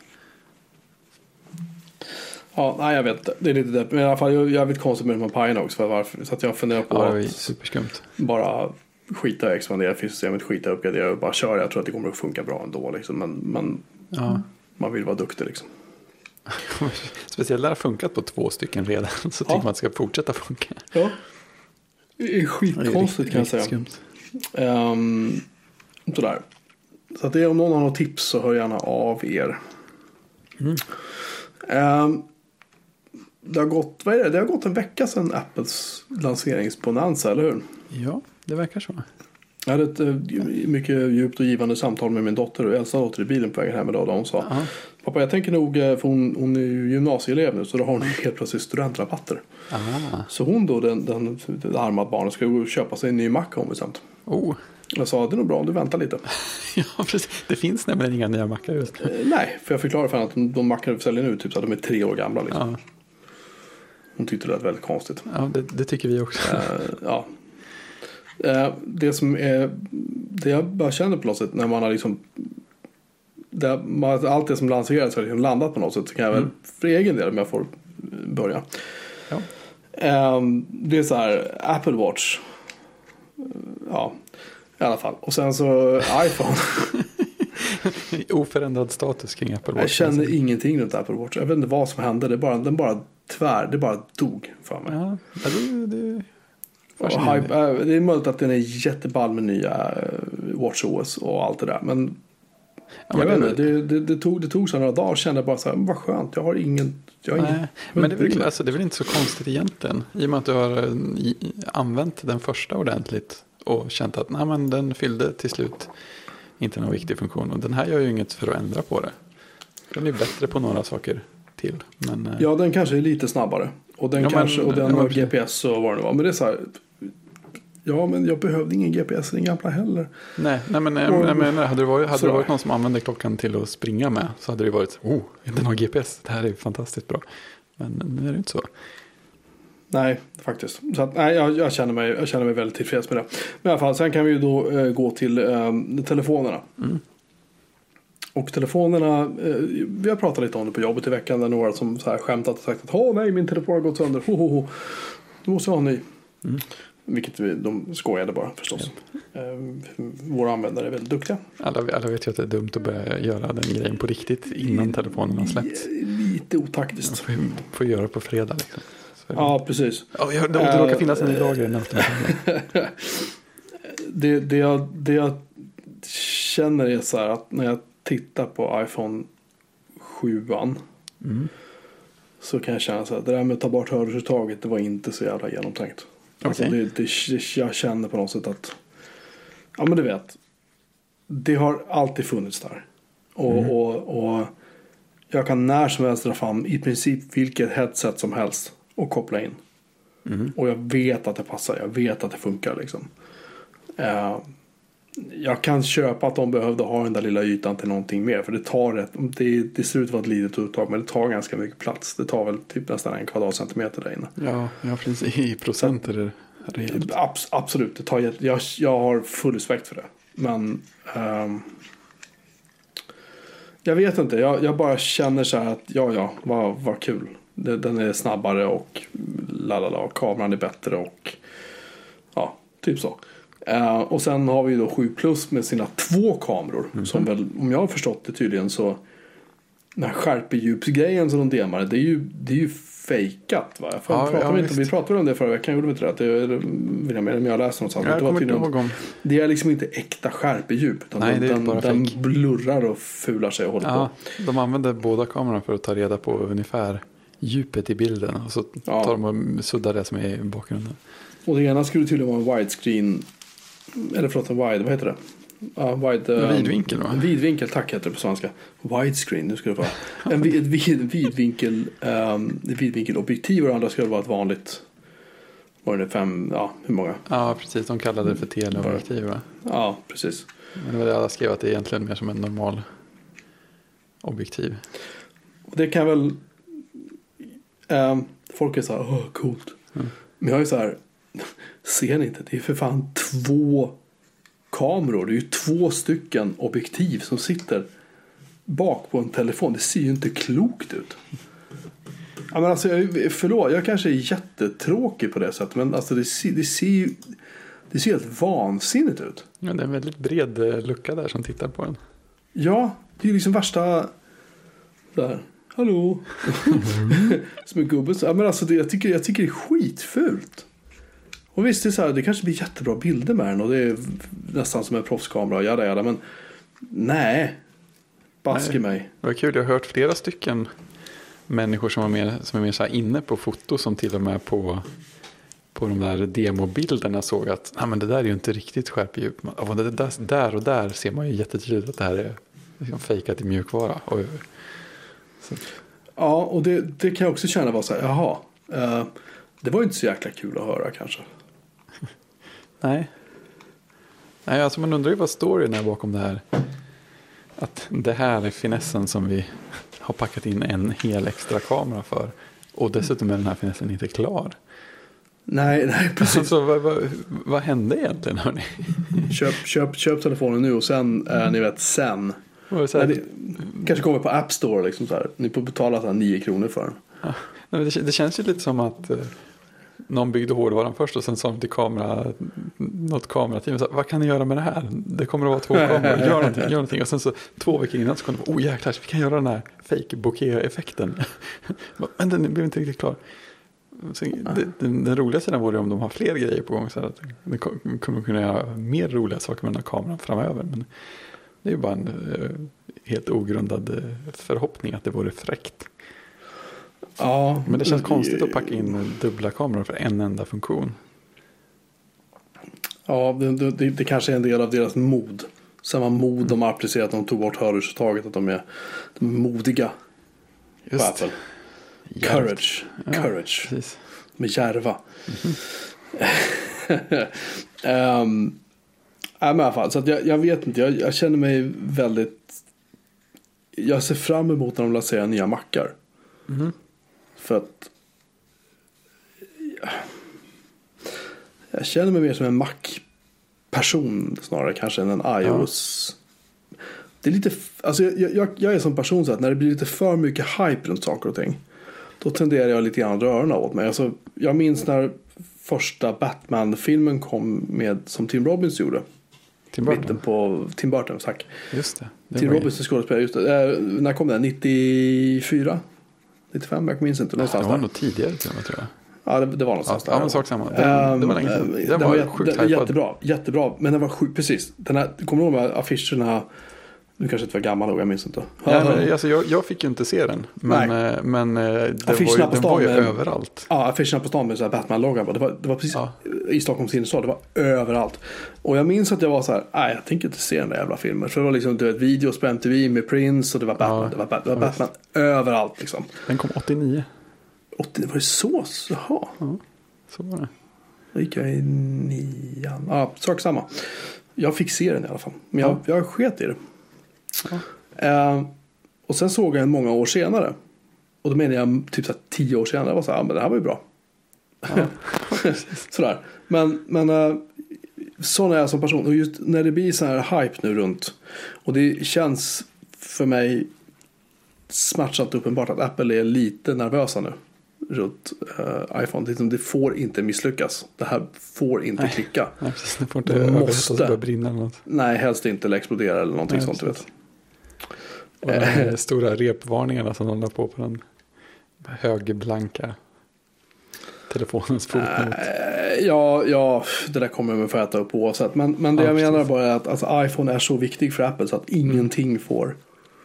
B: Ja, nej jag vet inte. Det är lite det. Men i alla fall jag, jag vet konstigt med de här pajerna också. För varför, så att jag funderar på
A: ja,
B: att
A: det är superskumt.
B: Bara skita i expandera systemet, skita i uppgradera och bara köra. Jag tror att det kommer att funka bra ändå liksom. Men, men
A: ja.
B: man vill vara duktig liksom.
A: Speciellt när det har funkat på två stycken redan, så ja. tycker man att det ska fortsätta funka.
B: Ja, det är skitkonstigt kan jag säga.
A: Skumt.
B: Um, sådär. Så att det är, om någon har något tips så hör gärna av er.
A: Mm.
B: Um, det har gått, vad är det? Det har gått en vecka sedan Apples lanseringsbonanza, eller hur?
A: Ja, det verkar så.
B: Jag hade ett uh, mycket djupt och givande samtal med min dotter och äldsta dotter i bilen på vägen hem idag, där hon sa: uh-huh. Pappa, jag tänker nog, för hon, hon är ju gymnasieelev nu, så då har hon helt plötsligt studentrabatter.
A: Uh-huh. Så
B: hon då, den, den, den arma barnet, ska gå och köpa sig en ny Mac omvänt.
A: Oh.
B: Jag sa, det är nog bra om du väntar lite.
A: Ja, precis. Det finns nämligen inga nya Macar just nu.
B: Eh, nej, för jag förklarar för henne att de, de Macar vi säljer nu, typ så att de är tre år gamla. Liksom.
A: Ja.
B: Hon tyckte det var väldigt konstigt.
A: Ja, det, det tycker vi också.
B: Eh, ja. Eh, det som är, det jag bara känner på något sätt, när man har liksom, det, man, allt det som lanserats har liksom landat på något sätt, så kan jag väl, mm. för egen del, om jag får börja.
A: Ja.
B: Eh, det är så här, Apple Watch. Ja, i alla fall. Och sen så iPhone.
A: Oförändrad status kring Apple Watch.
B: Jag känner ingenting runt Apple Watch. Jag vet inte vad som hände. Det bara, den bara tvär. Det bara dog för mig.
A: Ja, det, det,
B: och hype, det är möjligt att den är jätteball med nya WatchOS och allt det där. Men, ja, men jag vet inte. Det, det, det, tog, det tog så några dagar och kände bara så här, vad skönt. Jag har ingen... Jag har
A: Nej,
B: ingen
A: men det är, väl, alltså, det är väl inte så konstigt egentligen. I och med att du har i, använt den första ordentligt. Och känt att nej, men den fyllde till slut inte någon viktig funktion. Och den här gör ju inget för att ändra på det. Den är bättre på några saker till. Men,
B: ja, den kanske är lite snabbare. Och den, ja, kanske, men, och den har G P S och vad det var. Men det är så här... Ja, men jag behövde ingen G P S i den gamla heller.
A: Nej, nej men, och, jag menar, hade det varit, hade det varit någon som använde klockan till att springa med, så hade det varit, oh, den har G P S. Det här är fantastiskt bra. Men nu är det inte så.
B: Nej, faktiskt. Så att, nej, jag, jag, känner mig, jag känner mig väldigt tillfreds med det. Men i alla fall, sen kan vi ju då eh, gå till eh, telefonerna. Mm. Och telefonerna, eh, vi har pratat lite om det på jobbet i veckan, där några som så här skämtat och sagt att åh nej, min telefon har gått sönder. Ho, ho, ho. Då måste jag ha en ny. Mm. Vilket vi, de skojade bara förstås. Ja. Eh, våra användare är väldigt duktiga.
A: Alla, alla vet ju att det är dumt att börja göra den grejen på riktigt innan telefonen har släppts.
B: Lite otaktiskt.
A: Får, får göra på fredag liksom.
B: Ja, precis.
A: Ja, jag, det, det råkar finnas en i lager.
B: det, det, jag, det jag känner är så här att när jag tittar på iPhone sju mm. så kan jag känna så här, det där med att ta bort hörlursuttaget, det var inte så jävla genomtänkt. Okay. Alltså det, det, jag känner på något sätt att, ja men du vet, det har alltid funnits där. Och, mm. och, och jag kan när som helst dra fram i princip vilket headset som helst och koppla in. Mm. Och jag vet att det passar. Jag vet att det funkar liksom. Uh, jag kan köpa att de behövde ha den där lilla ytan till någonting mer. För det tar rätt. Det, det ser ut att vara ett litet uttag. Men det tar ganska mycket plats. Det tar väl typ nästan en kvadratcentimeter där inne.
A: Ja, ja precis. I procent är det rejält.
B: Abs- absolut. Det tar, jag, jag har full respekt för det. Men... Um, jag vet inte. Jag, jag bara känner så här att ja, ja, vad, vad kul. Den är snabbare och lalala, och kameran är bättre och ja, typ så. Uh, och sen har vi då sju plus med sina två kameror. Mm. Som väl, om jag har förstått det tydligen, så den här skärpedjupsgrejen som de demade, det är ju, det är ju fejkat, va? Jag ja, pratar ja, inte, vi pratade om det förra veckan, gjorde vi inte det? Att det vill jag med, om jag läste något sånt.
A: Jag
B: det, var
A: tydligen,
B: det är liksom inte äkta skärpedjup, utan
A: Nej,
B: den,
A: den,
B: den blurrar och fular sig och håller
A: ja,
B: på.
A: De använder båda kamerorna för att ta reda på ungefär djupet i bilden, och så
B: ja.
A: tar de och suddar det som är i bakgrunden.
B: Och det ena skulle tydligen vara en widescreen, eller förlåt, en wide, vad heter det? Ja, wide, um,
A: vidvinkel, va?
B: Vidvinkel, tack heter det på svenska. Widescreen, nu ska det vara. En vid, vid, vidvinkel, um, vidvinkelobjektiv, och det andra skulle vara ett vanligt, var det fem, ja, hur många?
A: Ja, precis, de kallade det för teleobjektiv, va?
B: Ja, precis.
A: Men det var det alla skrev, att det är egentligen mer som en normal objektiv.
B: Och det kan väl, um, folk är så här, åh, coolt. Mm. Men jag är så här, ser ni inte, det är för fan två kameror, det är ju två stycken objektiv som sitter bak på en telefon. Det ser ju inte klokt ut. Ja, men alltså, förlåt, jag kanske är jättetråkig på det sättet, men alltså det ser, det ser ju det ser helt vansinnigt ut.
A: Ja, det är en väldigt bred eh, lucka där som tittar på den.
B: Ja, det är liksom värsta där. Hallå. Som en gubbe. Ja, men alltså det, jag, tycker, jag tycker det är skitfult. Och visst, det är så här, det kanske blir jättebra bilder med den. Och det är nästan som en proffskamera. Jada, jada, men nej. Baske
A: nej,
B: mig.
A: Det var kul, jag har hört flera stycken människor som, var mer, som är mer så här inne på foto. Som till och med på, på de där demobilderna såg att ah, men det där är ju inte riktigt skärpedjup. Och det där, där och där ser man ju jättetydligt att det här är liksom fejkat i mjukvara. Och, så.
B: Ja, och det, det kan jag också känna var så här, jaha. Uh, det var ju inte så jäkla kul att höra kanske.
A: Nej. Nej, alltså man undrar ju vad storyn är bakom det här. Att det här är finessen som vi har packat in en hel extra kamera för. Och dessutom är den här finessen inte klar.
B: Nej, nej, precis.
A: Alltså, vad, vad, vad hände egentligen, hörni?
B: Köp, köp, köp telefonen nu och sen, äh, ni vet, sen.
A: Så här,
B: det, kanske kommer på App Store liksom så här. Ni får betala så här nio kronor för den.
A: Ja, det, det känns ju lite som att eh, någon byggde hårdvaran först och sen sa de till kamera, något kamerateam, så här, vad kan ni göra med det här? Det kommer att vara två kameror, gör någonting, gör någonting. Och sen så två veckor innan så kom de, oh jäklar, vi kan göra den här fake bokeh-effekten. Men den blev inte riktigt klar. Så det, den, den roliga sidan vore om de har fler grejer på gång, så att de kommer kunna göra mer roliga saker med den här kameran framöver. Men det är ju bara en uh, helt ogrundad uh, förhoppning att det vore fräckt.
B: Ja,
A: men det känns konstigt att packa in dubbla kameror för en enda funktion.
B: Ja, det, det, det kanske är en del av deras mod. Samma mod mm. de har applicerat när de tog bort hörlursuttaget, att de är, de är modiga.
A: Just.
B: På Apple. Courage. Ja, Courage.
A: Precis.
B: Med järva. Mm-hmm. um, ja, men i alla fall, så att jag, jag vet inte. Jag, jag känner mig väldigt... Jag ser fram emot när de lanserar nya mackar.
A: Mm-hmm.
B: För att... Jag, jag känner mig mer som en Mac-person snarare kanske än en iOS. Ja. Det är lite... Alltså jag, jag, jag är som person så att när det blir lite för mycket hype runt saker och ting, då tenderar jag lite grann att dra öronen åt mig. Alltså, jag minns när första Batman-filmen kom med, som Tim Robbins gjorde.
A: Tim Burton?
B: På Tim Burton, tack.
A: Just det. det
B: Tim Robbins är skådespelare, just det. Äh, när kom det? nittiofyra? nittiofem? Jag minns inte. Någonstans
A: det var
B: där.
A: nog tidigare till jag tror jag.
B: Ja, det, det var någonstans
A: ja,
B: där.
A: Ja, men sak samma. Den, um, det var länge sedan. Den,
B: den
A: var,
B: var,
A: jät- sjukt
B: den, jättebra, jättebra. Men den var sjukt, precis. Den här, kommer du ihåg med affischerna? Du kanske inte var gammal nog, jag minns inte.
A: Ja, men, alltså, jag, jag fick ju inte se den. Men, Nej. men det var ju, den var ju med, överallt.
B: Ja, affischerna på stan med så här Batman-loggan på. Det var, det var precis ja. I Stockholms innerstad. Det var överallt. Och jag minns att jag var så här, nej, jag tänker inte se den där jävla filmen. För det var liksom, du vet, videos på M T V med Prince och det var Batman. Ja, det var, det var Batman överallt liksom.
A: Den kom åttionio.
B: åttionio, var det så? Jaha.
A: Ja, så var det.
B: Då gick jag i nian. Ja, sak samma. Jag fick se den i alla fall. Men jag, ja. jag sket i det. Ja. Uh, och sen såg jag den många år senare. Och då menar jag typ så här, tio år senare. Jag var så här, ja, men det här var ju bra. Ja. Sådär. Men, men uh, sån är jag som person. Och just när det blir så här hype nu runt. Och det känns för mig smärtsamt uppenbart att Apple är lite nervösa nu runt uh, iPhone. Det får inte misslyckas. Det här får inte
A: Nej.
B: klicka.
A: Nej, precis. Det får inte överhettas och börja brinna eller något.
B: Nej, helst inte eller explodera eller någonting Nej, sånt, du vet.
A: Och de här stora repvarningarna som de la på på den högblanka telefonens fotnot.
B: Äh, ja, ja, det där kommer jag att få äta upp oavsett. Men, men det ja, jag precis. menar bara är att alltså, iPhone är så viktig för Apple så att ingenting mm. får,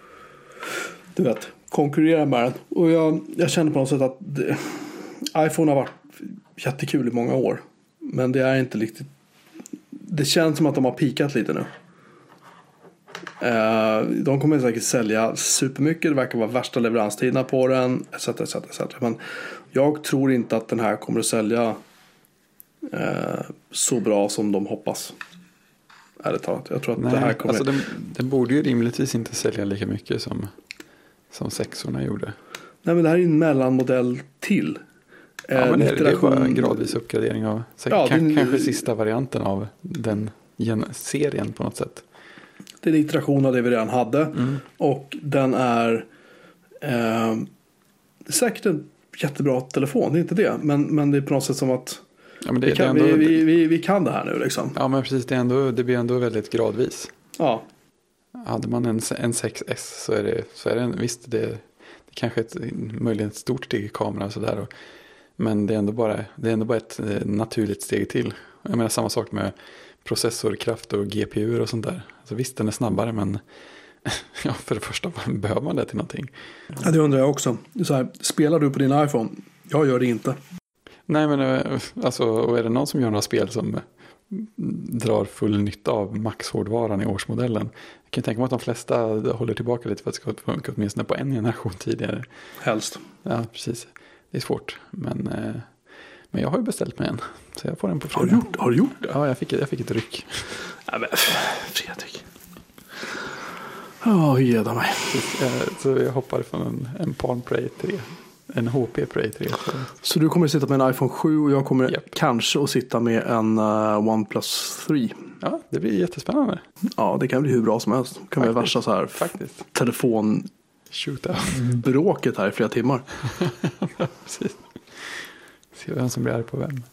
B: du vet, konkurrera med den. Och jag, jag känner på något sätt att det, iPhone har varit jättekul i många år. Men det är inte riktigt, det känns som att de har pikat lite nu. Uh, de kommer säkert sälja supermycket. Det verkar vara värsta leveranstiderna på den etc, etc, et cetera. Men jag tror inte att den här kommer att sälja uh, så bra som de hoppas. Ärligt talat. Jag tror att
A: Nej,
B: det här kommer...
A: alltså den, den borde ju rimligtvis inte sälja lika mycket som, som sexorna gjorde.
B: Nej, men det här är en mellanmodell till.
A: Ja, uh, men det, det är bara en gradvis uppgradering av
B: ja,
A: kan,
B: den,
A: kanske sista varianten av den serien på något sätt.
B: Det är en iteration av det vi redan hade.
A: Mm.
B: Och den är eh, säkert en jättebra telefon. Det är inte det. Men, men det är på något sätt som att
A: Ja, men det,
B: vi, kan,
A: det ändå,
B: vi, vi, vi kan det här nu liksom.
A: Ja, men precis. Det, är ändå, det blir ändå väldigt gradvis.
B: Ja.
A: Hade man en, en sex S så är det, så är det en, visst, det, det kanske är ett, möjligen ett stort steg i kameran och sådär. Och, men det är ändå bara, det är ändå bara ett naturligt steg till. Jag menar samma sak med processorkraft och G P U och sånt där. Alltså visst, den är snabbare, men ja, för det första, behöver man det till någonting?
B: Ja, det undrar jag också. Så här, spelar du på din iPhone? Jag gör det inte.
A: Nej, men alltså, och är det någon som gör några spel som drar full nytta av maxhårdvaran i årsmodellen? Jag kan tänka mig att de flesta håller tillbaka lite för att det ska funka åtminstone på en generation tidigare.
B: Helst.
A: Ja, precis. Det är svårt, men, men jag har ju beställt mig en. Så jag får den på fredag.
B: Har du gjort, har du gjort det?
A: Ja, jag fick, jag fick ett ryck.
B: Ja, men Fredrik. Ja, geda mig.
A: Så jag hoppade från en, en Palm Pre tre. En H P Pre tre. Så.
B: så du kommer att sitta med en iPhone sju och jag kommer
A: yep. kanske
B: att sitta med en uh, OnePlus tre.
A: Ja, det blir jättespännande.
B: Ja, det kan bli hur bra som helst. Kan vi värsta så här
A: Faktiskt.
B: telefon bråket här i flera timmar.
A: Precis. Se vem som blir arg på vem.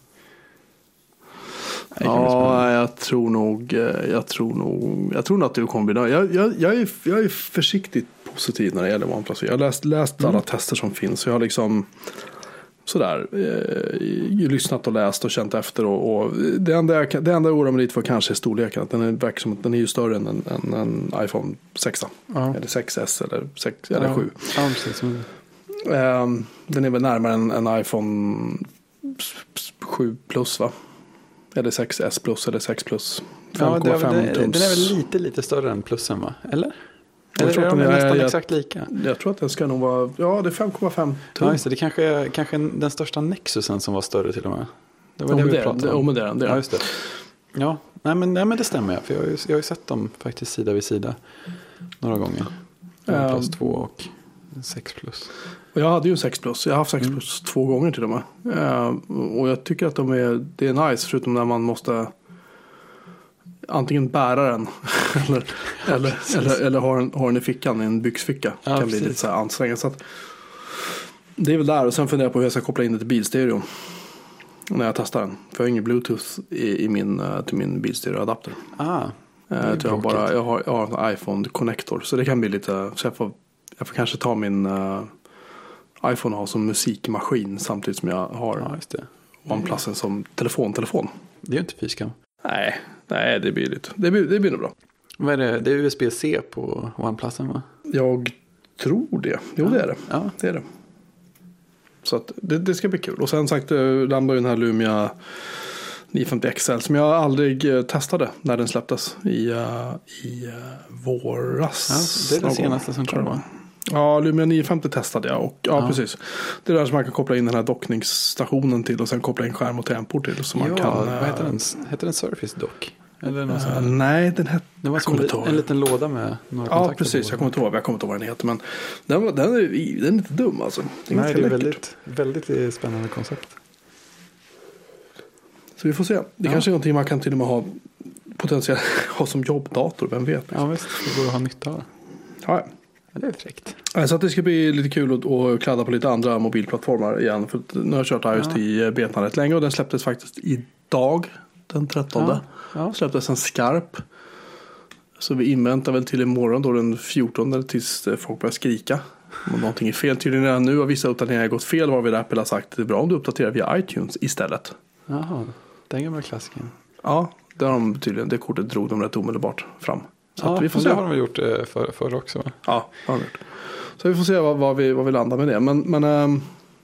B: Ja, jag tror nog jag tror nog jag tror nog att du kommer bli nöjd. Jag, jag, jag, är, jag är försiktigt positiv när det gäller OnePlus. Jag har läst, läst mm. alla tester som finns. Så jag har liksom sådär eh, lyssnat och läst och känt efter och, och det enda jag, det enda jag oroar mig lite för kanske är storleken. Att den är, verkar som att den är ju större än en, en, en iPhone sex ja. Eller sex S eller, sex, eller
A: ja.
B: sju.
A: Ja, precis.
B: Eh, den är väl närmare en, en iPhone sju plus, va? Eller sex S plus eller sex plus.
A: Ja, det är väl, det, den är väl lite lite större än plussen, va? Eller?
B: Jag tror
A: Eller
B: att
A: de är
B: jag,
A: nästan
B: jag,
A: exakt lika.
B: Jag tror att den ska nog vara, ja, det är fem komma fem tum.
A: Ja, just det. Det kanske är kanske den största Nexusen som var större till och med. Det var
B: oh,
A: det vi
B: det,
A: pratade
B: det,
A: om.
B: Oh, det, det.
A: Ja, just det. Ja, nej men, nej, men det stämmer jag. För jag har, ju, jag har ju sett dem faktiskt sida vid sida några gånger. OnePlus um, två och sex plus.
B: Jag hade ju sex plus. Jag har haft sex mm. plus två gånger till och med. Uh, och jag tycker att de är, det är nice, förutom när man måste antingen bära den eller, eller, eller, eller har, en, har den i fickan i en byxficka. Det ja, kan precis. Bli lite så här ansträngande. Så att det är väl där. Och sen funderar jag på hur jag ska koppla in det till bilstereon när jag testar den. För jag har ingen Bluetooth i, i min, till min bilstereoadapter.
A: Ah,
B: jag, jag, bara, jag, har, jag har en iPhone-connector. Så det kan bli lite. Så jag får, jag får kanske ta min uh, iPhone och ha som musikmaskin samtidigt som jag har
A: ja, just det.
B: OnePlusen som telefon-telefon.
A: Det är ju inte fyskam.
B: Nej, nej, det blir lite. Det blir, det blir nog bra.
A: Vad är det? Det är U S B C på OnePlusen, va?
B: Jag tror det. Jo, ja. det är det.
A: Ja.
B: Det är det. Så att det, det ska bli kul. Och sen sagt landar ju den här Lumia nio femtio X L som jag aldrig testade när den släpptes i, uh, i uh, våras.
A: Ja, det är det senaste som kommer.
B: Ja, Lumia nio femtio testade jag. Och, ja, ja, precis. Det är där som man kan koppla in den här dockningsstationen till och sen koppla in skärm och tangentbord till. Så man
A: ja,
B: kan,
A: vad heter den? Heter den Surface Dock? Eller något
B: uh, nej, den hette...
A: Det var som en, en liten låda med några
B: ja, kontakter. Ja, precis. Jag kommer inte ihåg, jag kommer inte ihåg vad den heter. Men den, var, den, är, den är inte dum alltså.
A: Det är, nej, det är väldigt, väldigt spännande koncept.
B: Så vi får se. Det ja. Kanske är någonting man kan till och med ha potentiellt ha som jobbdator. Vem vet?
A: Ja, visst. Det går att ha nytta av.
B: Ja,
A: ja, det är fräckt.
B: Så att det ska bli lite kul att, att kladda på lite andra mobilplattformar igen. För nu har jag kört iOS ja. i betan rätt länge och den släpptes faktiskt idag, den trettonde. Ja. Ja. Släpptes en skarp. Så vi inväntar väl till imorgon då den fjortonde tills folk börjar skrika. Om någonting är fel. Tydligen redan nu har vissa uppdateringar gått fel, var vi Apple har sagt att det är bra om du uppdaterar via iTunes istället.
A: Jaha, den gamla klassiken.
B: Ja, det har de tydligen, det kortet drog de rätt omedelbart fram. Så
A: ja,
B: att vi får se.
A: Det har de gjort förr för också. Va?
B: Ja, det har de gjort. Så vi får se vad, vad, vi, vad vi landar med det. Men, men ähm,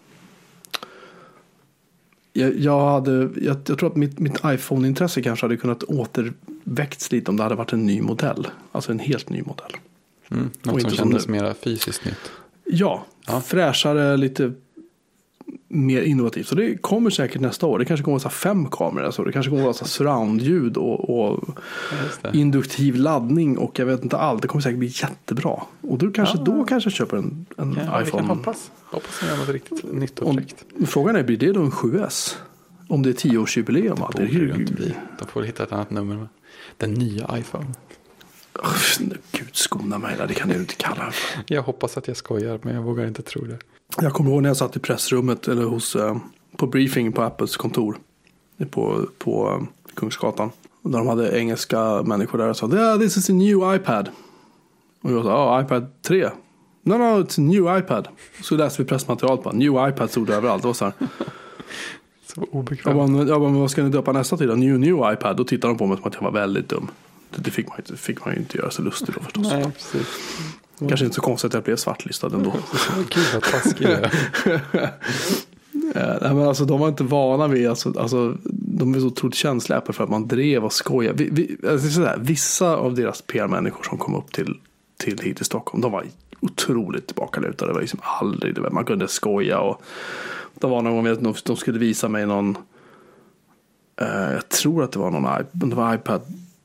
B: jag, jag, hade, jag, jag tror att mitt, mitt iPhone-intresse kanske hade kunnat återväckts lite om det hade varit en ny modell. Alltså en helt ny modell.
A: Mm, något som kändes mer fysiskt nytt.
B: Ja, ja, fräschare, lite mer innovativt. Så det kommer säkert nästa år. Det kanske kommer att vara fem kameror. Alltså. Det kanske kommer att vara surroundljud och, och induktiv laddning och jag vet inte allt. Det kommer säkert bli jättebra. Och du kanske ja. då kanske köper en, en
A: ja,
B: iPhone.
A: Vi kan hoppas. Hoppas att det är något riktigt nytt och fräckt.
B: Frågan är, blir det då en sju S? Om det är tioårsjubileum.
A: Det borde det inte bli. De får hitta ett annat nummer med. Den nya iPhone.
B: Oh, Gud skona mig där, det kan du inte kalla det.
A: Jag hoppas att jag skojar, men jag vågar inte tro det.
B: Jag kommer ihåg när jag satt i pressrummet eller hos, eh, på briefing på Apples kontor på, på Kungsgatan. Där de hade engelska människor där och sa yeah, this is a new iPad. Och jag sa, ja, oh, iPad tre. No, no, it's a new iPad. Så läste vi pressmaterial på. New iPad stod det överallt. Och så här.
A: Så obekvämt.
B: Jag bara, jag bara, men vad ska ni döpa nästa tid? New, new iPad. Då tittade de på mig som att jag var väldigt dum. Det, det fick, man inte, fick man ju inte göra så lustigt då förstås.
A: Nej, precis.
B: Kanske inte så konstigt att jag blev svartlistad ändå.
A: Gud vad taskig det är.
B: Nej, men alltså, de var inte vana vid, alltså, alltså, de är så otroligt känsliga för att man drev och skojade. Vi, vi, alltså, sådär, vissa av deras P R-människor som kom upp till, till hit i Stockholm, de var otroligt tillbakalutade. Det var liksom aldrig, det var, man kunde skoja. Och det var någon gång att de skulle visa mig någon, eh, jag tror att det var någon det var iPad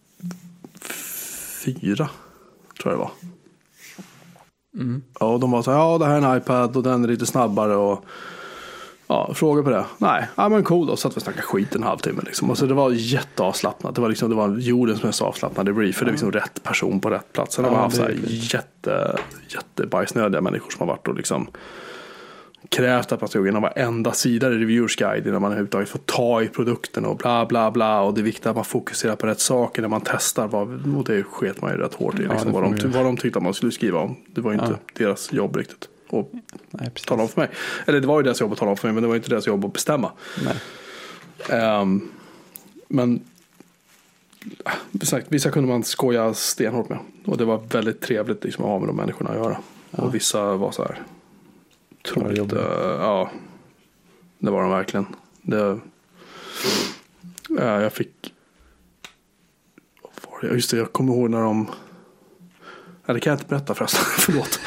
B: fyra, tror jag det var.
A: Mm.
B: Ja, och de var så här, ja det här är en iPad och den är lite snabbare och ja, fråga på det. Nej, ja men cool då, så att vi snackade skit en halvtimme liksom. Och så det var jätteavslappnat. Det var liksom, det var jordens mest avslappnade brief. För det är liksom rätt person på rätt plats. Sen har man haft så här jätte, jättebajsnödiga människor som har varit och liksom krävt att man ska gå igenom varenda sida i Reviewers Guide innan man överhuvudtaget får ta i produkten och bla bla bla. Och det är viktigt att man fokuserar på rätt saker när man testar. Vad, och det sket man ju rätt hårt i. Liksom, ja, vad, de, vad de tyckte att man skulle skriva om. Det var ju inte ja. deras jobb riktigt. Och nej, tala om för mig. Eller det var ju deras jobb att tala om för mig, men det var inte deras jobb att bestämma. Nej. Um, men sagt, vissa kunde man skoja stenhårt med. Och det var väldigt trevligt liksom, att ha med de människorna att göra. Ja. Och vissa var så här troligt, uh, ja, det var de verkligen. Det, uh, jag fick vad var det? Just det, jag kommer ihåg när de ja, det kan jag inte berätta förresten, förlåt.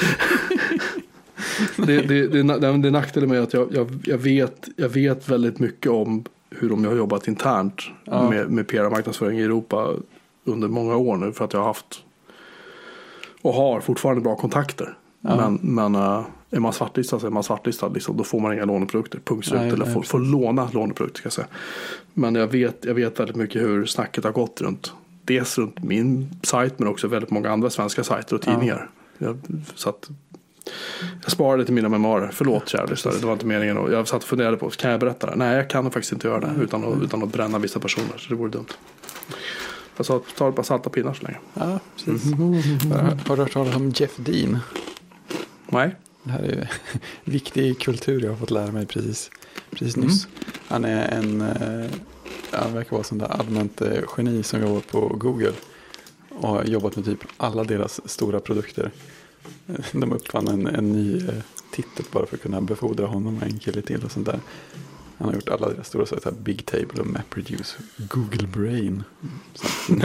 B: det, det, det, det, det är nackdelen med att jag, jag, jag, vet, jag vet väldigt mycket om hur de har jobbat internt ja. med, med P R och marknadsföring i Europa under många år nu, för att jag har haft och har fortfarande bra kontakter. Ja. Men, men uh, är man svartlistad så är man svartlistad liksom, då får man inga låneprodukter, punkt slut, eller nej, får, får låna låneprodukter ska jag säga. Men jag vet, jag vet väldigt mycket hur snacket har gått runt dels runt min sajt men också väldigt många andra svenska sajter och tidningar. Ja. Jag, så att jag sparade till mina memoarer. Förlåt kära lyssnare, det var inte meningen. Och jag satt och funderade på, kan jag berätta det? Nej, jag kan faktiskt inte göra det utan att, utan att bränna vissa personer, så det vore dumt. Jag sa, ta ett par salta pinnar så länge.
A: Ja, precis. Mm. Har du hört talas om Jeff Dean?
B: Nej.
A: Det här är ju viktig kultur jag har fått lära mig precis, precis nyss. Mm. Han är en, han verkar vara sån där allmänt geni som jobbar på Google och har jobbat med typ alla deras stora produkter. De uppfann en, en ny titel bara för att kunna befordra honom och en kille till och sånt där. Han har gjort alla deras stora så här Big Table och MapReduce, Google Brain. Så,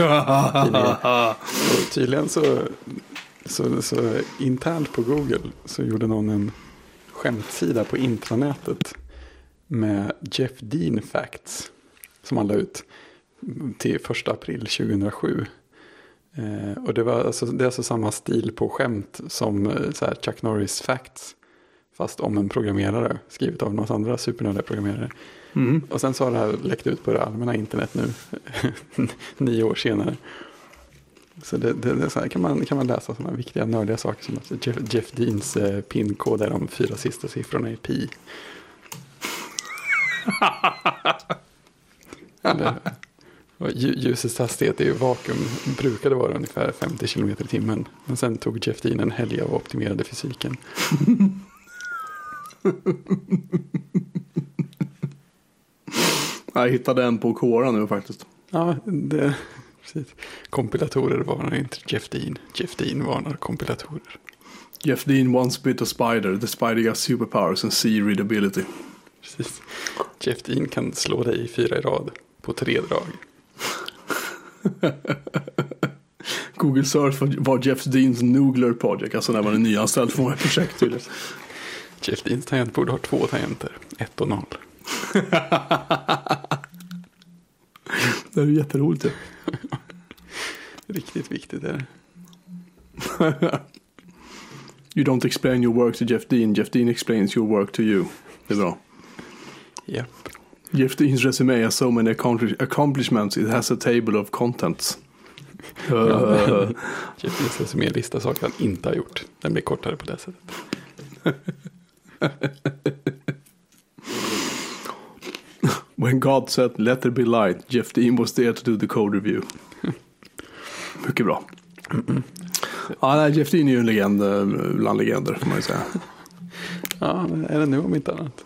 A: och tydligen så, så, så internt på Google så gjorde någon en skämtsida på intranätet med Jeff Dean Facts som han la ut till första april tjugohundrasju. Eh, och det, var alltså, det är alltså samma stil på skämt som så här, Chuck Norris Facts. Fast om en programmerare, skrivet av några andra supernördiga programmerare. Mm. Och sen så har det här läckt ut på det allmänna internet nu, nio år senare. Så det, det, det så här, kan, man, kan man läsa sådana viktiga nördiga saker som att Jeff, Jeff Deans eh, pinkod är de fyra sista siffrorna i pi. Eller, och ljusets hastighet i vakuum brukade vara ungefär femtio kilometer i timmen. Men sen tog Jeff Dean en helg och optimerade fysiken.
B: Jag hittade en på Quora nu faktiskt.
A: Ja, det, precis. Kompilatorer varnar inte Jeff Dean. Jeff Dean varnar kompilatorer.
B: Jeff Dean once bit a spider. The spider got superpowers and see readability.
A: Precis. Jeff Dean kan slå dig i fyra i rad på tre drag.
B: Google Search var Jeff Deans Noogler Project. Alltså när man är nyanställd får man ett projekt till.
A: Jeff Deans tangentbord har två tangenter. Ett och noll.
B: Det är jätteroligt.
A: Riktigt viktigt är det.
B: You don't explain your work to Jeff Dean. Jeff Dean explains your work to you. Det är bra.
A: Yep.
B: Jeff Deans resume has so many accomplishments. It has a table of contents.
A: uh. Jeff Deans resume listar saker han inte har gjort. Den blir kortare på det sättet.
B: When God said let there be light, Jeff Dean was there to do the code review. Mycket bra. Mm-mm. Ja, nej, Jeff Dean är ju en legend bland legender får man ju säga.
A: Ja, är det nu om inte annat?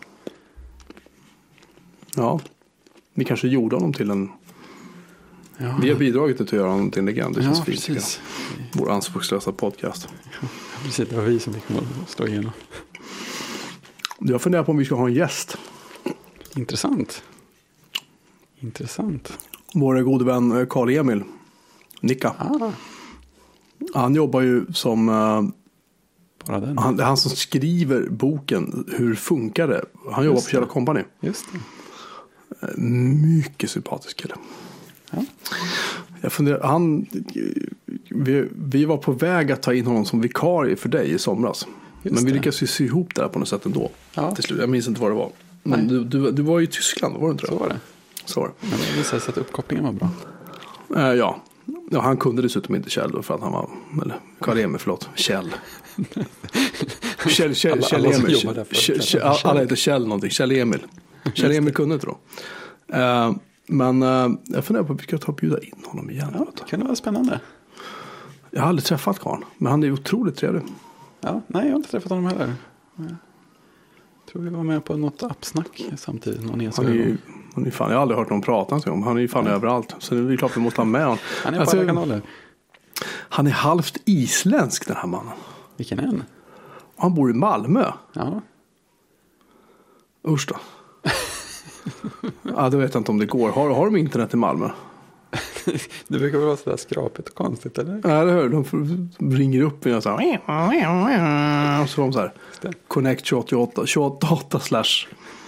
B: Ja, vi kanske gjorde honom till en... Ja. Vi har bidragit till att göra honom till en legend. Det känns
A: ja,
B: fint.
A: Precis.
B: Vår anspråkslösa podcast.
A: Ja, precis, det var vi som fick stå igenom.
B: Jag funderar på om vi ska ha en gäst.
A: Intressant. Intressant.
B: Vår gode vän Carl Emil Nicka.
A: Ah.
B: Han jobbar ju som... Uh,
A: Bara den.
B: Han, det är han som skriver boken Hur funkar det? Han jobbar på Sherlock Company.
A: Just det.
B: Mycket sympatisk kille.
A: Ja.
B: Jag funderar, han, vi, vi var på väg att ta in honom som vikarie för dig i somras. Just men vi lyckades ju sy ihop det här på något sätt ändå. Ja. Till slut. Jag minns inte vad det var. Men du, du, du var ju i Tyskland, var du inte det?
A: Så var det.
B: Så var det.
A: Men det visade sig att uppkopplingen var bra.
B: Uh, ja. ja, han kunde dessutom inte Kjell då för att han var, eller Carl Emil, förlåt, Kjell. Kjell, Kjell, alla, Kjell Emil. Alla, Kjell, Kjell, alla heter Kjell någonting, Kjell Emil. Kjell Emil kunde inte då. Uh, men uh, jag funderar på att vi ska ta och bjuda in honom igen.
A: Ja, det kan vara spännande.
B: Jag har aldrig träffat Carl, men han är otroligt trevlig.
A: Ja, nej, jag har inte träffat honom heller. Jag tror vi var med på något appsnack samtidigt. Någon han är ju,
B: han är fan, jag har aldrig hört någon prata om. Han är ju fan ja. överallt. Så det är klart vi måste ha med honom.
A: Han är på
B: alltså,
A: alla kanaler.
B: Han är halvt isländsk, den här mannen.
A: Vilken en?
B: Och han bor i Malmö.
A: Ja.
B: Usch då. Ja, då vet jag inte om det går. Har, har de internet i Malmö?
A: Det brukar väl vara sådär skrapigt och konstigt, eller?
B: Ja, det hör de ringer upp och så här. Och så de så här. Connect tjugoåtta tjugoåtta slash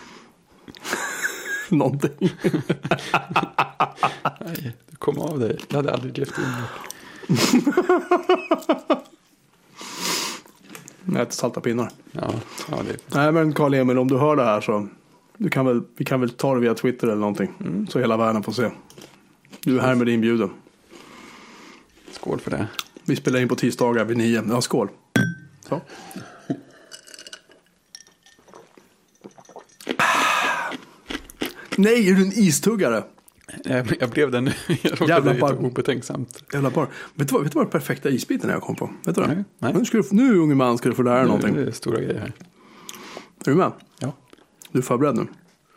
B: någonting.
A: Nej, du kom av dig. Jag hade aldrig lyft in det.
B: Jag äter salta pinnar.
A: Ja, ja, det...
B: Nej, men Carl Emil, om du hör det här så du kan väl, vi kan väl ta det via Twitter eller någonting. Mm. Så hela världen får se. Du är här med din bjuden.
A: Skål för det.
B: Vi spelar in på tisdagar vid nio. Ja, skål. Så. Nej, är du en istuggare?
A: Jag, jag blev den nu. Jag
B: Jävla bar.
A: Obetänksamt.
B: Jävla bar. Vet du vad, vet du vad den perfekta isbiten jag kom på? Vet du det?
A: Nej. Nej.
B: Nu, ska du, nu unge man ska du få lära dig någonting.
A: Det är stora grejer här.
B: Är du med?
A: Ja.
B: Du är förberedd nu.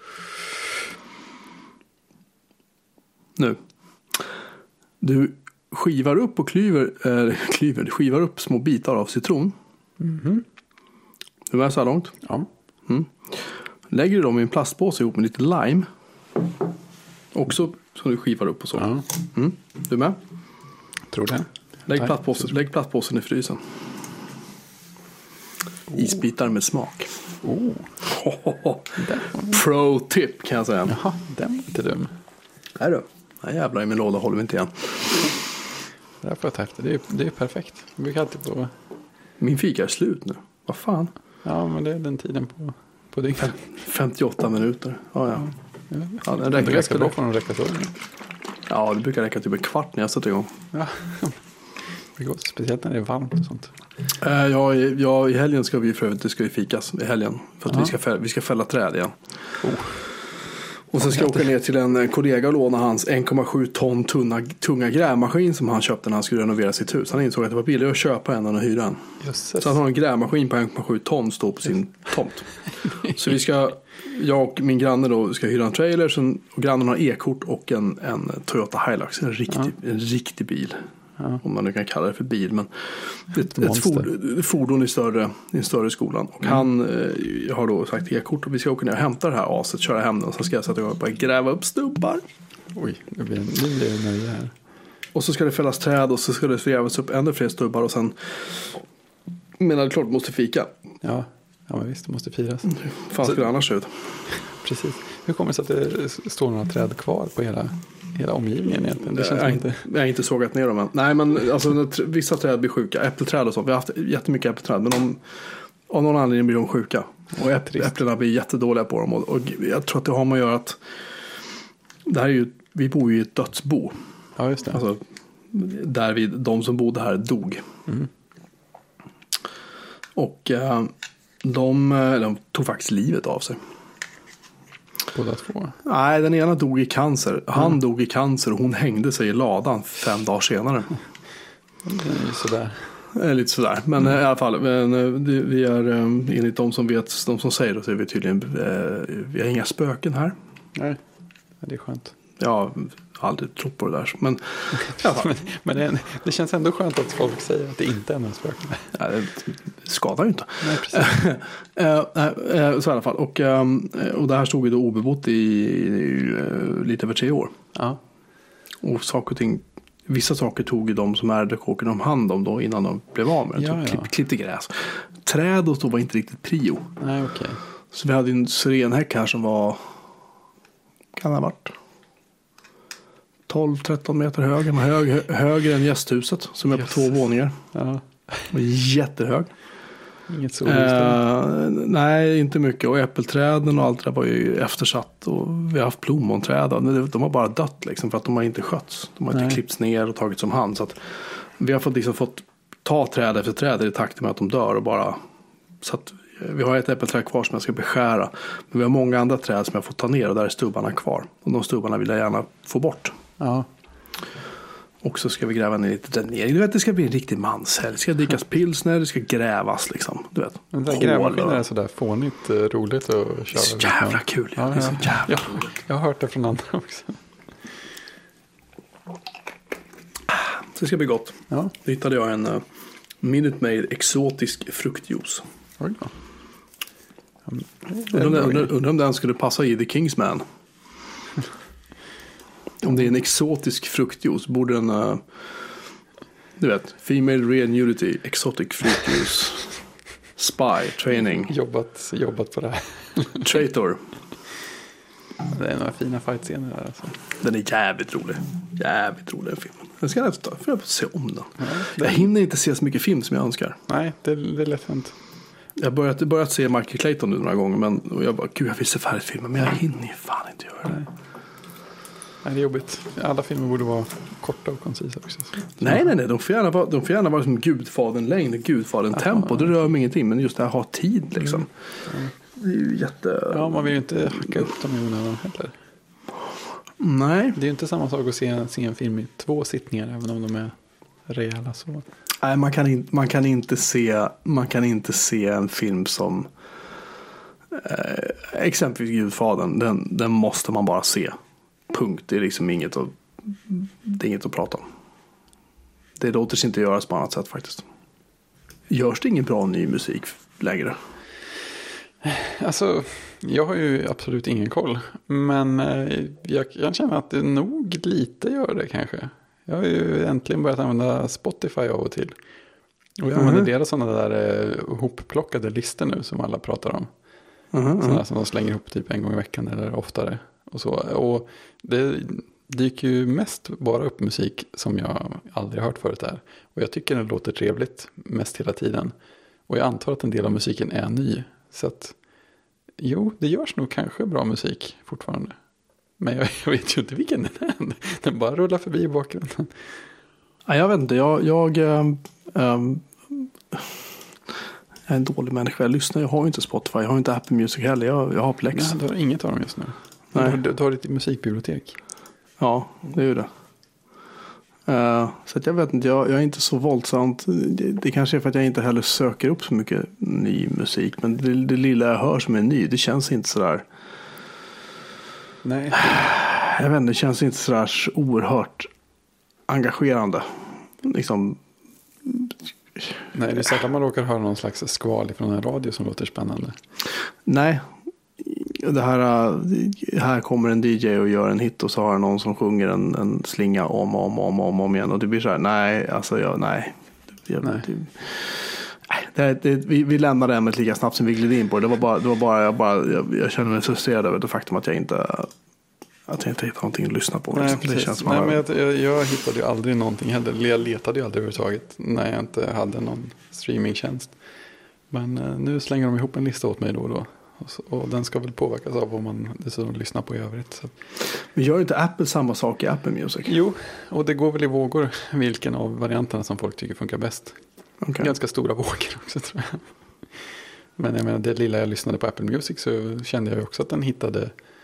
B: Nu. Du skivar upp och klyver, äh, klyver, skivar upp små bitar av citron.
A: Mm-hmm.
B: Du är med så här långt?
A: Ja.
B: Mm. Lägger du dem i en plastpåse ihop med lite lime. Också som du skivar upp och så.
A: Ja.
B: Mm. Du är med?
A: Tror det.
B: Lägg, plastpåsen, lägg plastpåsen i frysen. Oh. Isbitar med smak.
A: Oh.
B: Oh. Pro tip kan jag säga.
A: Jaha, den är inte dum.
B: Nej du. Nej jävlar, i min låda håller vi inte igen.
A: Det här får jag ta efter. Det är, det är perfekt. Vi brukar alltid på...
B: Min fika är slut nu. Vad fan?
A: Ja, men det är den tiden på, på dygnet.
B: femtioåtta minuter. Ja, ja.
A: Ja,
B: ja
A: den räcker ganska bra för att räcka så.
B: Ja, det brukar räcka typ en kvart när jag sätter igång.
A: Ja, det går speciellt när det är varmt och sånt.
B: Uh, ja, ja, i helgen ska vi för övrigt, det ska vi fikas i helgen. För att vi ska, fälla, vi ska fälla träd igen.
A: Oh.
B: Och sen ska jag åka ner till en kollega och låna hans en komma sju ton tunna, tunga grävmaskin som han köpte när han skulle renovera sitt hus. Han insåg att det var billigare att köpa en än att hyra en.
A: Jösses.
B: Så han har en grävmaskin på en komma sju ton stå på sin tomt. Så vi ska, jag och min granne då ska hyra en trailer. Sen, och grannen har e-kort och en, en Toyota Hilux. En riktig, ja. en riktig bil. Ja. Om man nu kan kalla det för bil. Men ett, ett fordon, fordon i större, i en större skolan. Och mm. han eh, har då sagt e-kort. Och vi ska åka ner och hämta det här aset. Köra hem den. Och så ska jag sätta igång och börja gräva upp stubbar.
A: Oj, det blir, det blir nöje här.
B: Och så ska det fällas träd. Och så ska det grävas upp ännu fler stubbar. Och sen men det är klart måste fika.
A: Ja, ja men visst, det måste firas.
B: Mm. Fan skulle det annars ut?
A: Precis. Hur kommer det sig att det står några träd kvar på hela, hela omgivningen egentligen? Det känns
B: jag,
A: inte...
B: jag har inte sågat ner dem än. Nej, men alltså, vissa träd blir sjuka. Äppelträd och så. Vi har haft jättemycket äppelträd. Men de, av någon anledning blir de sjuka. Och äpp, äpplena blir jättedåliga på dem. Och, och jag tror att det har med att göra att det här är ju, vi bor ju i ett dödsbo.
A: Ja, just det.
B: Alltså, där vi, de som bodde här dog.
A: Mm.
B: Och eh, de, de tog faktiskt livet av sig.
A: Båda två?
B: Nej, den ena dog i cancer. Han mm. dog i cancer och hon hängde sig i ladan fem dagar senare.
A: Det är ju sådär.
B: Lite sådär, men mm. i alla fall men, vi är enligt de som vet, de som säger det, så är vi tydligen vi har inga spöken här.
A: Nej, det är skönt.
B: Ja, aldrig trott på det där. Men, i alla fall.
A: men, men det, det känns ändå skönt att folk säger att det inte är någon spöken.
B: Ja, det skadar ju inte.
A: Nej, precis.
B: Så i alla fall. Och, och det här stod ju då obebott i, i lite över tre år.
A: Ja.
B: Och saker och ting, vissa saker tog ju de som ärvde kåken om hand om då innan de blev av med det. Ja, ja. Klipp, klippte gräs. Träd och så var inte riktigt prio.
A: Nej, okej. Okay.
B: Så vi hade en syrenhäck här som var, kan det ha varit tolv tretton meter hög, hög högre än gästhuset som är på yes. två våningar. Ja. Jättehög.
A: Inget så uh,
B: nej, inte mycket. Och äppelträden och allt det där var ju eftersatt. Och vi har haft plommonträd. De har bara dött liksom, för att de har inte skötts. De har nej. inte klippts ner och tagits om hand. Så att vi har fått, liksom, fått ta träd efter träd i takt med att de dör. Och bara, så att vi har ett äppelträd kvar som jag ska beskära. Men vi har många andra träd som jag får ta ner. Och där är stubbarna kvar. Och de stubbarna vill jag gärna få bort.
A: Ja.
B: Och så ska vi gräva ner lite dränering. Du vet, det ska bli en riktig manshelg. Det ska drickas pilsner, det ska grävas liksom. Du vet.
A: Men den grävmaskinen är sådär fånigt uh, roligt att köra.
B: Det är så jävla kul. Ja, ja. Det är så jävla
A: ja, roligt. Jag har hört det från andra också.
B: Så det ska bli gott.
A: Ja.
B: Då hittade jag en uh, Minute Maid exotisk fruktjuice.
A: Oj då.
B: Undrar om, undrar om den skulle passa i The Kingsman. Om det är en exotisk fruktjuice borde den uh, du vet, female real nudity, exotic fruktjuice, spy, training,
A: jobbat, jobbat på det här.
B: Traitor.
A: Det är några fina fight-scener där alltså.
B: Den är jävligt rolig. Jävligt rolig den filmen. Jag ska nästan ta för att se om den.
A: Ja,
B: det... Jag hinner inte se så mycket film som jag önskar.
A: Nej, det, det är lätt hänt.
B: Jag har börjat, börjat se Michael Clayton nu några gånger, men och jag bara, gud jag vill se färdigt filmen, men jag hinner ju fan inte göra det.
A: Nej. Nej, det är jobbigt. Alla filmer borde vara korta och koncisa också. Så.
B: Nej, nej, nej. De får gärna vara, de får gärna vara som Gudfadern-längd, Gudfadern-tempo. Det rör mig ingenting, men just det här ha tid liksom. Mm. Det är ju jätte...
A: Ja, man vill ju inte hacka upp dem i onödan heller.
B: Nej.
A: Det är ju inte samma sak att se, se en film i två sittningar, även om de är rejäla så.
B: Nej, man kan, in, man kan, inte, se, man kan inte se en film som eh, exempelvis Gudfadern. Den, den måste man bara se. Punkt. Det är liksom inget att, det är inget att prata om. Det låter sig inte göras på annat sätt faktiskt. Görs det ingen bra ny musik längre?
A: Alltså, jag har ju absolut ingen koll. Men jag kan känna att det nog lite gör det kanske. Jag har ju äntligen börjat använda Spotify av och till. Och jag mm. använder deras sådana där uh, hopplockade listor nu som alla pratar om. Mm. Sådana som de slänger ihop typ en gång i veckan eller oftare. Och, så. Och det dyker ju mest bara upp musik som jag aldrig hört förut där. Och jag tycker den låter trevligt mest hela tiden. Och jag antar att en del av musiken är ny. Så att, jo, det görs nog kanske bra musik fortfarande. Men jag, jag vet ju inte vilken den är. Den bara rullar förbi i bakgrunden.
B: Ja, jag vet inte, jag... jag um, um, jag är en dålig människa. Jag lyssnar, jag har ju inte Spotify, jag har inte Apple Music heller. Jag, jag har Plex.
A: Nej, du har inget av dem just nu. Nej. Du, du har ditt musikbibliotek.
B: Ja, det är ju det. Uh, så att jag vet inte, jag, jag är inte så våldsamt. Det, det kanske är för att jag inte heller söker upp så mycket ny musik. Men det, det lilla jag hör som är ny, det känns inte sådär.
A: Nej.
B: Jag vet inte, det känns inte sådär så oerhört engagerande. Liksom.
A: Nej, det är sällan man råkar höra någon slags skval från en radio som låter spännande.
B: Nej. Det här, här kommer en D J och gör en hit och så har någon som sjunger en, en slinga om och om, om, om, om igen. Och det blir så här, nej, alltså jag, nej. Jag,
A: nej.
B: Det, det, det, vi, vi lämnade ämnet lika snabbt som vi gled in på det. Det var bara, det var bara, jag, bara jag, jag känner mig frustrerad över det faktum att jag inte, att jag inte hittar någonting att lyssna på.
A: Nej,
B: liksom. Det känns som
A: nej,
B: man,
A: men jag, jag, jag hittade ju aldrig någonting heller. Jag letade ju aldrig överhuvudtaget när jag inte hade någon streamingtjänst. Men eh, nu slänger de ihop en lista åt mig då och då. Och, så, och den ska väl påverkas av vad man dessutom lyssnar på i övrigt. Så.
B: Men gör inte Apple samma sak i Apple Music?
A: Jo, och det går väl i vågor vilken av varianterna som folk tycker funkar bäst. Okay. Ganska stora vågor också tror jag. Men jag menar, det lilla jag lyssnade på Apple Music så kände jag också att den hittade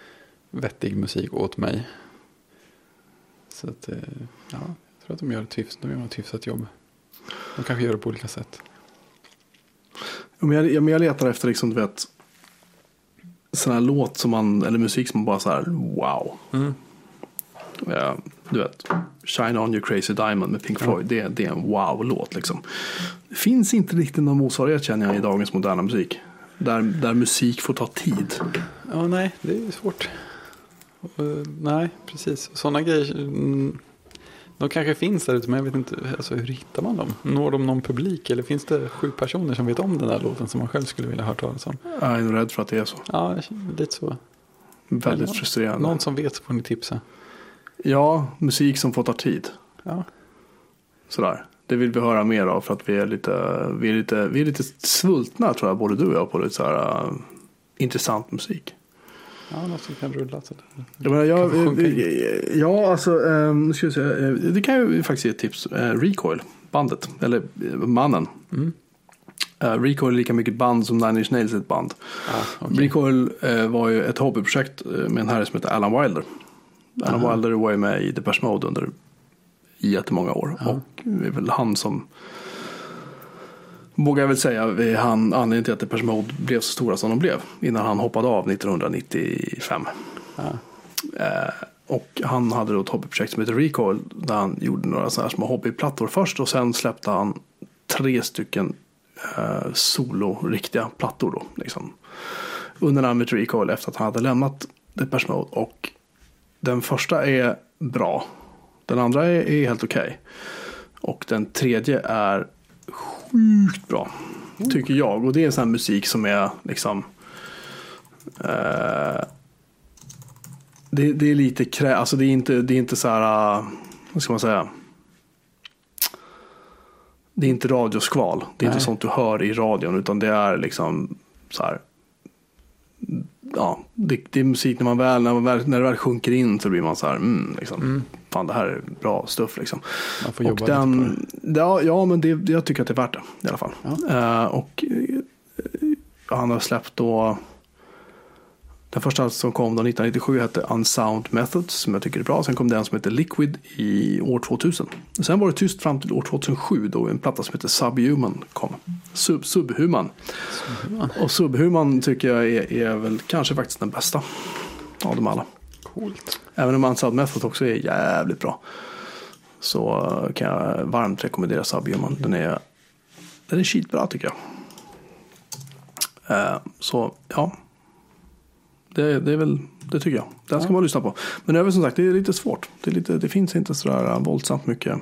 A: vettig musik åt mig. Så att, ja, jag tror att de gör ett hyfs, de gör ett hyfsat jobb. De kanske gör det på olika sätt.
B: Men jag, jag, jag letar efter liksom, du vet, sån här låt som man, eller musik som man bara så här, wow.
A: Mm.
B: Ja, du vet, Shine On You Crazy Diamond med Pink Floyd, ja. det, det är en wow-låt liksom. Det finns inte riktigt någon motsvarighet, känner jag, i dagens moderna musik. Där, där musik får ta tid.
A: Ja, nej, det är svårt. Uh, nej, precis. Sådana grejer, mm, de kanske finns där ute, men jag vet inte, alltså, hur hittar man dem? Når de någon publik, eller finns det sju personer som vet om den där låten som man själv skulle vilja höra talas om?
B: Jag är rädd för att det är så.
A: Ja, lite så.
B: Väldigt
A: någon,
B: frustrerande.
A: Någon som vet så får ni tipsa.
B: Ja, musik som får ta tid.
A: Ja.
B: Sådär. Det vill vi höra mer av, för att vi är lite, vi är lite, vi är lite svultna, tror jag, både du och jag, på lite så här uh, intressant musik.
A: Ja, något som kan rulla. Så
B: jag menar, jag, jag, ja, alltså, um, ska jag säga, det kan ju faktiskt ge ett tips. Uh, Recoil, bandet, eller uh, mannen. Mm. Uh, Recoil är lika mycket band som Nine Inch Nails är ett band. Ah, okay. Recoil uh, var ju ett hobbyprojekt med en herre som heter Alan Wilder. Alan Aha. Wilder var ju med i Depeche Mode under jättemånga år. Ja. Och det är väl han som, vågar jag väl säga, han anledningen till att Depeche Mode blev så stora som de blev innan han hoppade av nittonhundranittiofem. Ja. Eh, och han hade då ett hobbyprojekt som heter Recoil, där han gjorde några sådana här små hobbyplattor först, och sen släppte han tre stycken eh, solo riktiga plattor då, liksom, under namnet Recoil, efter att han hade lämnat Depeche Mode. Och den första är bra. Den andra är, är helt okej. Okay. Och den tredje är sjukt bra, tycker jag. Och det är en sån här musik som är liksom eh, det, det är lite krä, alltså det är inte, det är inte så här, uh, vad ska man säga, det är inte radioskval. Det är Nej. Inte sånt du hör i radion, utan det är liksom så här, ja, det, det är musik när man väl när man väl, när det väl sjunker in, så blir man så här, mm, liksom, mm. fan, det här är bra stuff liksom.
A: Man får jobba
B: och den,
A: lite på det.
B: Ja, ja, men det, jag tycker att det är värt det i alla fall. Ja. Uh, och uh, han har släppt då, den första som kom då nittonhundranittiosju hette Unsound Methods, som jag tycker är bra. Sen kom den som heter Liquid i år tvåtusen. Sen var det tyst fram till år tvåtusensju, då en platta som heter Subhuman kom. Sub, Subhuman. Subhuman. Och Subhuman tycker jag är, är väl kanske faktiskt den bästa av dem alla.
A: Coolt.
B: Även om Unsound Method också är jävligt bra, så kan jag varmt rekommendera Subhuman. Den är, den är skitbra, tycker jag. Uh, så ja, Det, det är väl, det tycker jag. Den ska ja. man lyssna på. Men det är väl som sagt, det är lite svårt. Det, är lite, det finns inte så där våldsamt mycket,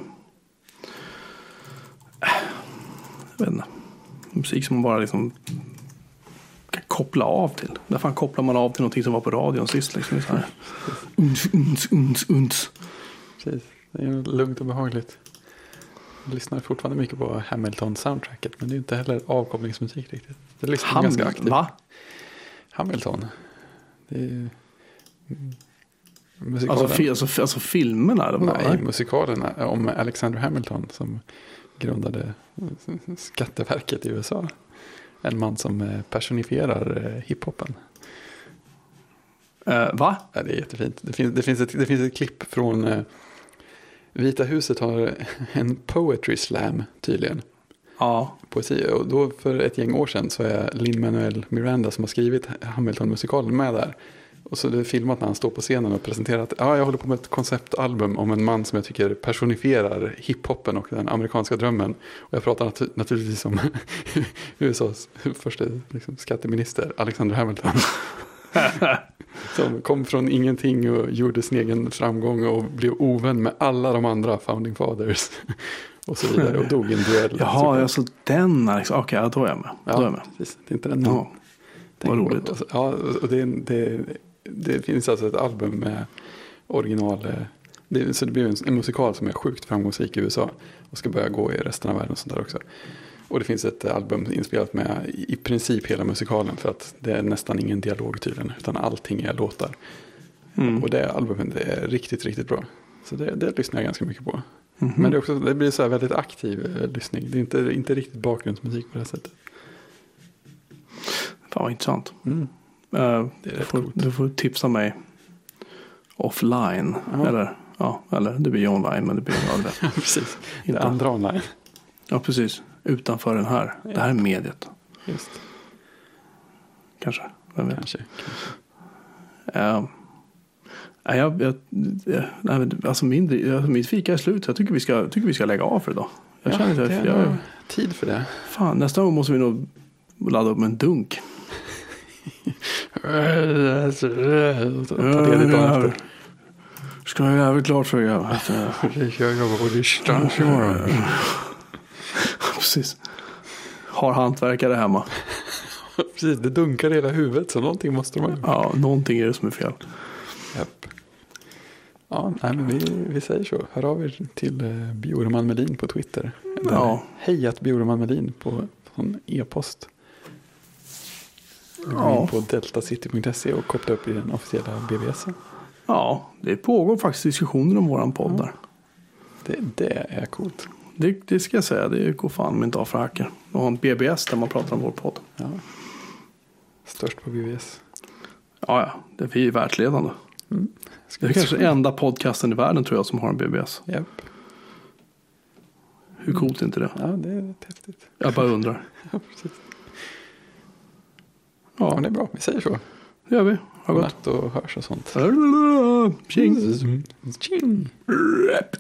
B: jag vet inte, musik som man bara liksom kan koppla av till. Där fan kopplar man av till någonting som var på radion sist. Liksom, så här. Uns, uns, uns, uns.
A: Precis. Det är lugnt och behagligt. Jag lyssnar fortfarande mycket på Hamilton-soundtracket, men det är inte heller avkopplingsmusik riktigt. Det lyssnar Ham- ganska aktivt.
B: Va?
A: Hamilton. Det är musikalen.
B: Alltså, fi- alltså, alltså filmerna? Eller
A: Nej, nej, musikalerna om Alexander Hamilton som grundade Skatteverket i U S A. En man som personifierar hiphopen.
B: Uh, va?
A: Ja, det är jättefint. Det finns, det finns, ett, det finns ett klipp från uh, Vita huset har en poetry slam tydligen.
B: Ja.
A: Poesi. Och då för ett gäng år sedan så är Lin-Manuel Miranda, som har skrivit Hamilton-musikalen, med där. Och så är det filmat när han står på scenen och presenterar att ja, jag håller på med ett konceptalbum om en man som jag tycker personifierar hiphopen och den amerikanska drömmen. Och jag pratar nat- naturligtvis om U S A:s första liksom, skatteminister Alexander Hamilton. Som kom från ingenting och gjorde sin egen framgång och blev ovän med alla de andra founding fathers. Och så vidare, och dog i en duell.
B: Jaha, alltså den är liksom, okej, okay, då är jag med.
A: Ja,
B: då är jag med.
A: Precis. Det är inte den. Ja,
B: vad roligt.
A: Alltså, ja, och det, det, det finns alltså ett album med original. Det, så det blir en, en musikal som är sjukt framgångsrik i U S A och ska börja gå i resten av världen och sånt där också. Och det finns ett album inspelat med i princip hela musikalen, för att det är nästan ingen dialog tydligen, utan allting är låtar. Mm. Och det albumet det är riktigt, riktigt bra. Så det, det lyssnar jag ganska mycket på. Mm-hmm. Men det, är också, det blir så här väldigt aktiv eh, lyssning. Det är inte, inte riktigt bakgrundsmusik på det sättet.
B: Fan vad intressant.
A: Mm.
B: Uh, det är du, får, du får tipsa mig offline.
A: Ja.
B: Eller, ja, eller det blir online, men det blir ja, det.
A: Ja, precis. Det
B: Inte.
A: andra online.
B: Ja, precis. Utanför den här. Ja. Det här är mediet.
A: Just.
B: Kanske. Vem vet?
A: Kanske. kanske.
B: Uh, nej, jag, jag, nej, alltså min, alltså mitt fika är slut. Jag tycker vi ska, tycker vi ska lägga av för idag. Jag
A: ja,
B: känner
A: det
B: att
A: är
B: jag,
A: nog tid för det.
B: Fan, nästa gång måste vi nog ladda upp med en dunk.
A: Ta ledigt dagen efter.
B: Ska jag jävligt klart för er.
A: Jag jobbar på distans imorgon.
B: Precis. Har hantverkare hemma.
A: Precis, det dunkar i hela huvudet så någonting måste man.
B: Ja, någonting är det som är fel.
A: Japp. Ja, nej, men vi, vi säger så. Hör av er till eh, Bjurman Melin på Twitter. Eller
B: Ja.
A: Hejat Bjurman Melin på sån e-post. Gå
B: Ja.
A: in på deltacity punkt se och koppla upp i den officiella B B S:en.
B: Ja, det pågår faktiskt diskussioner om våran podd där.
A: Det, det är coolt.
B: Det, det ska jag säga, det går fan inte av för hacker. Och ha en B B S där man pratar om vår podd.
A: Ja. Störst på B B S.
B: Ja, ja, det är vi världsledande.
A: Mm.
B: Det är kanske enda podcasten i världen tror jag som har en B B S.
A: Japp.
B: Hur coolt är inte det?
A: Ja, det är rätt häftigt.
B: Jag bara undrar.
A: Ja, precis.
B: Ja,
A: Ja, men det är bra. Vi säger så.
B: det gör vi. Ha gott.
A: Natt och hörs och sånt.
B: Tjing.
A: Tjing.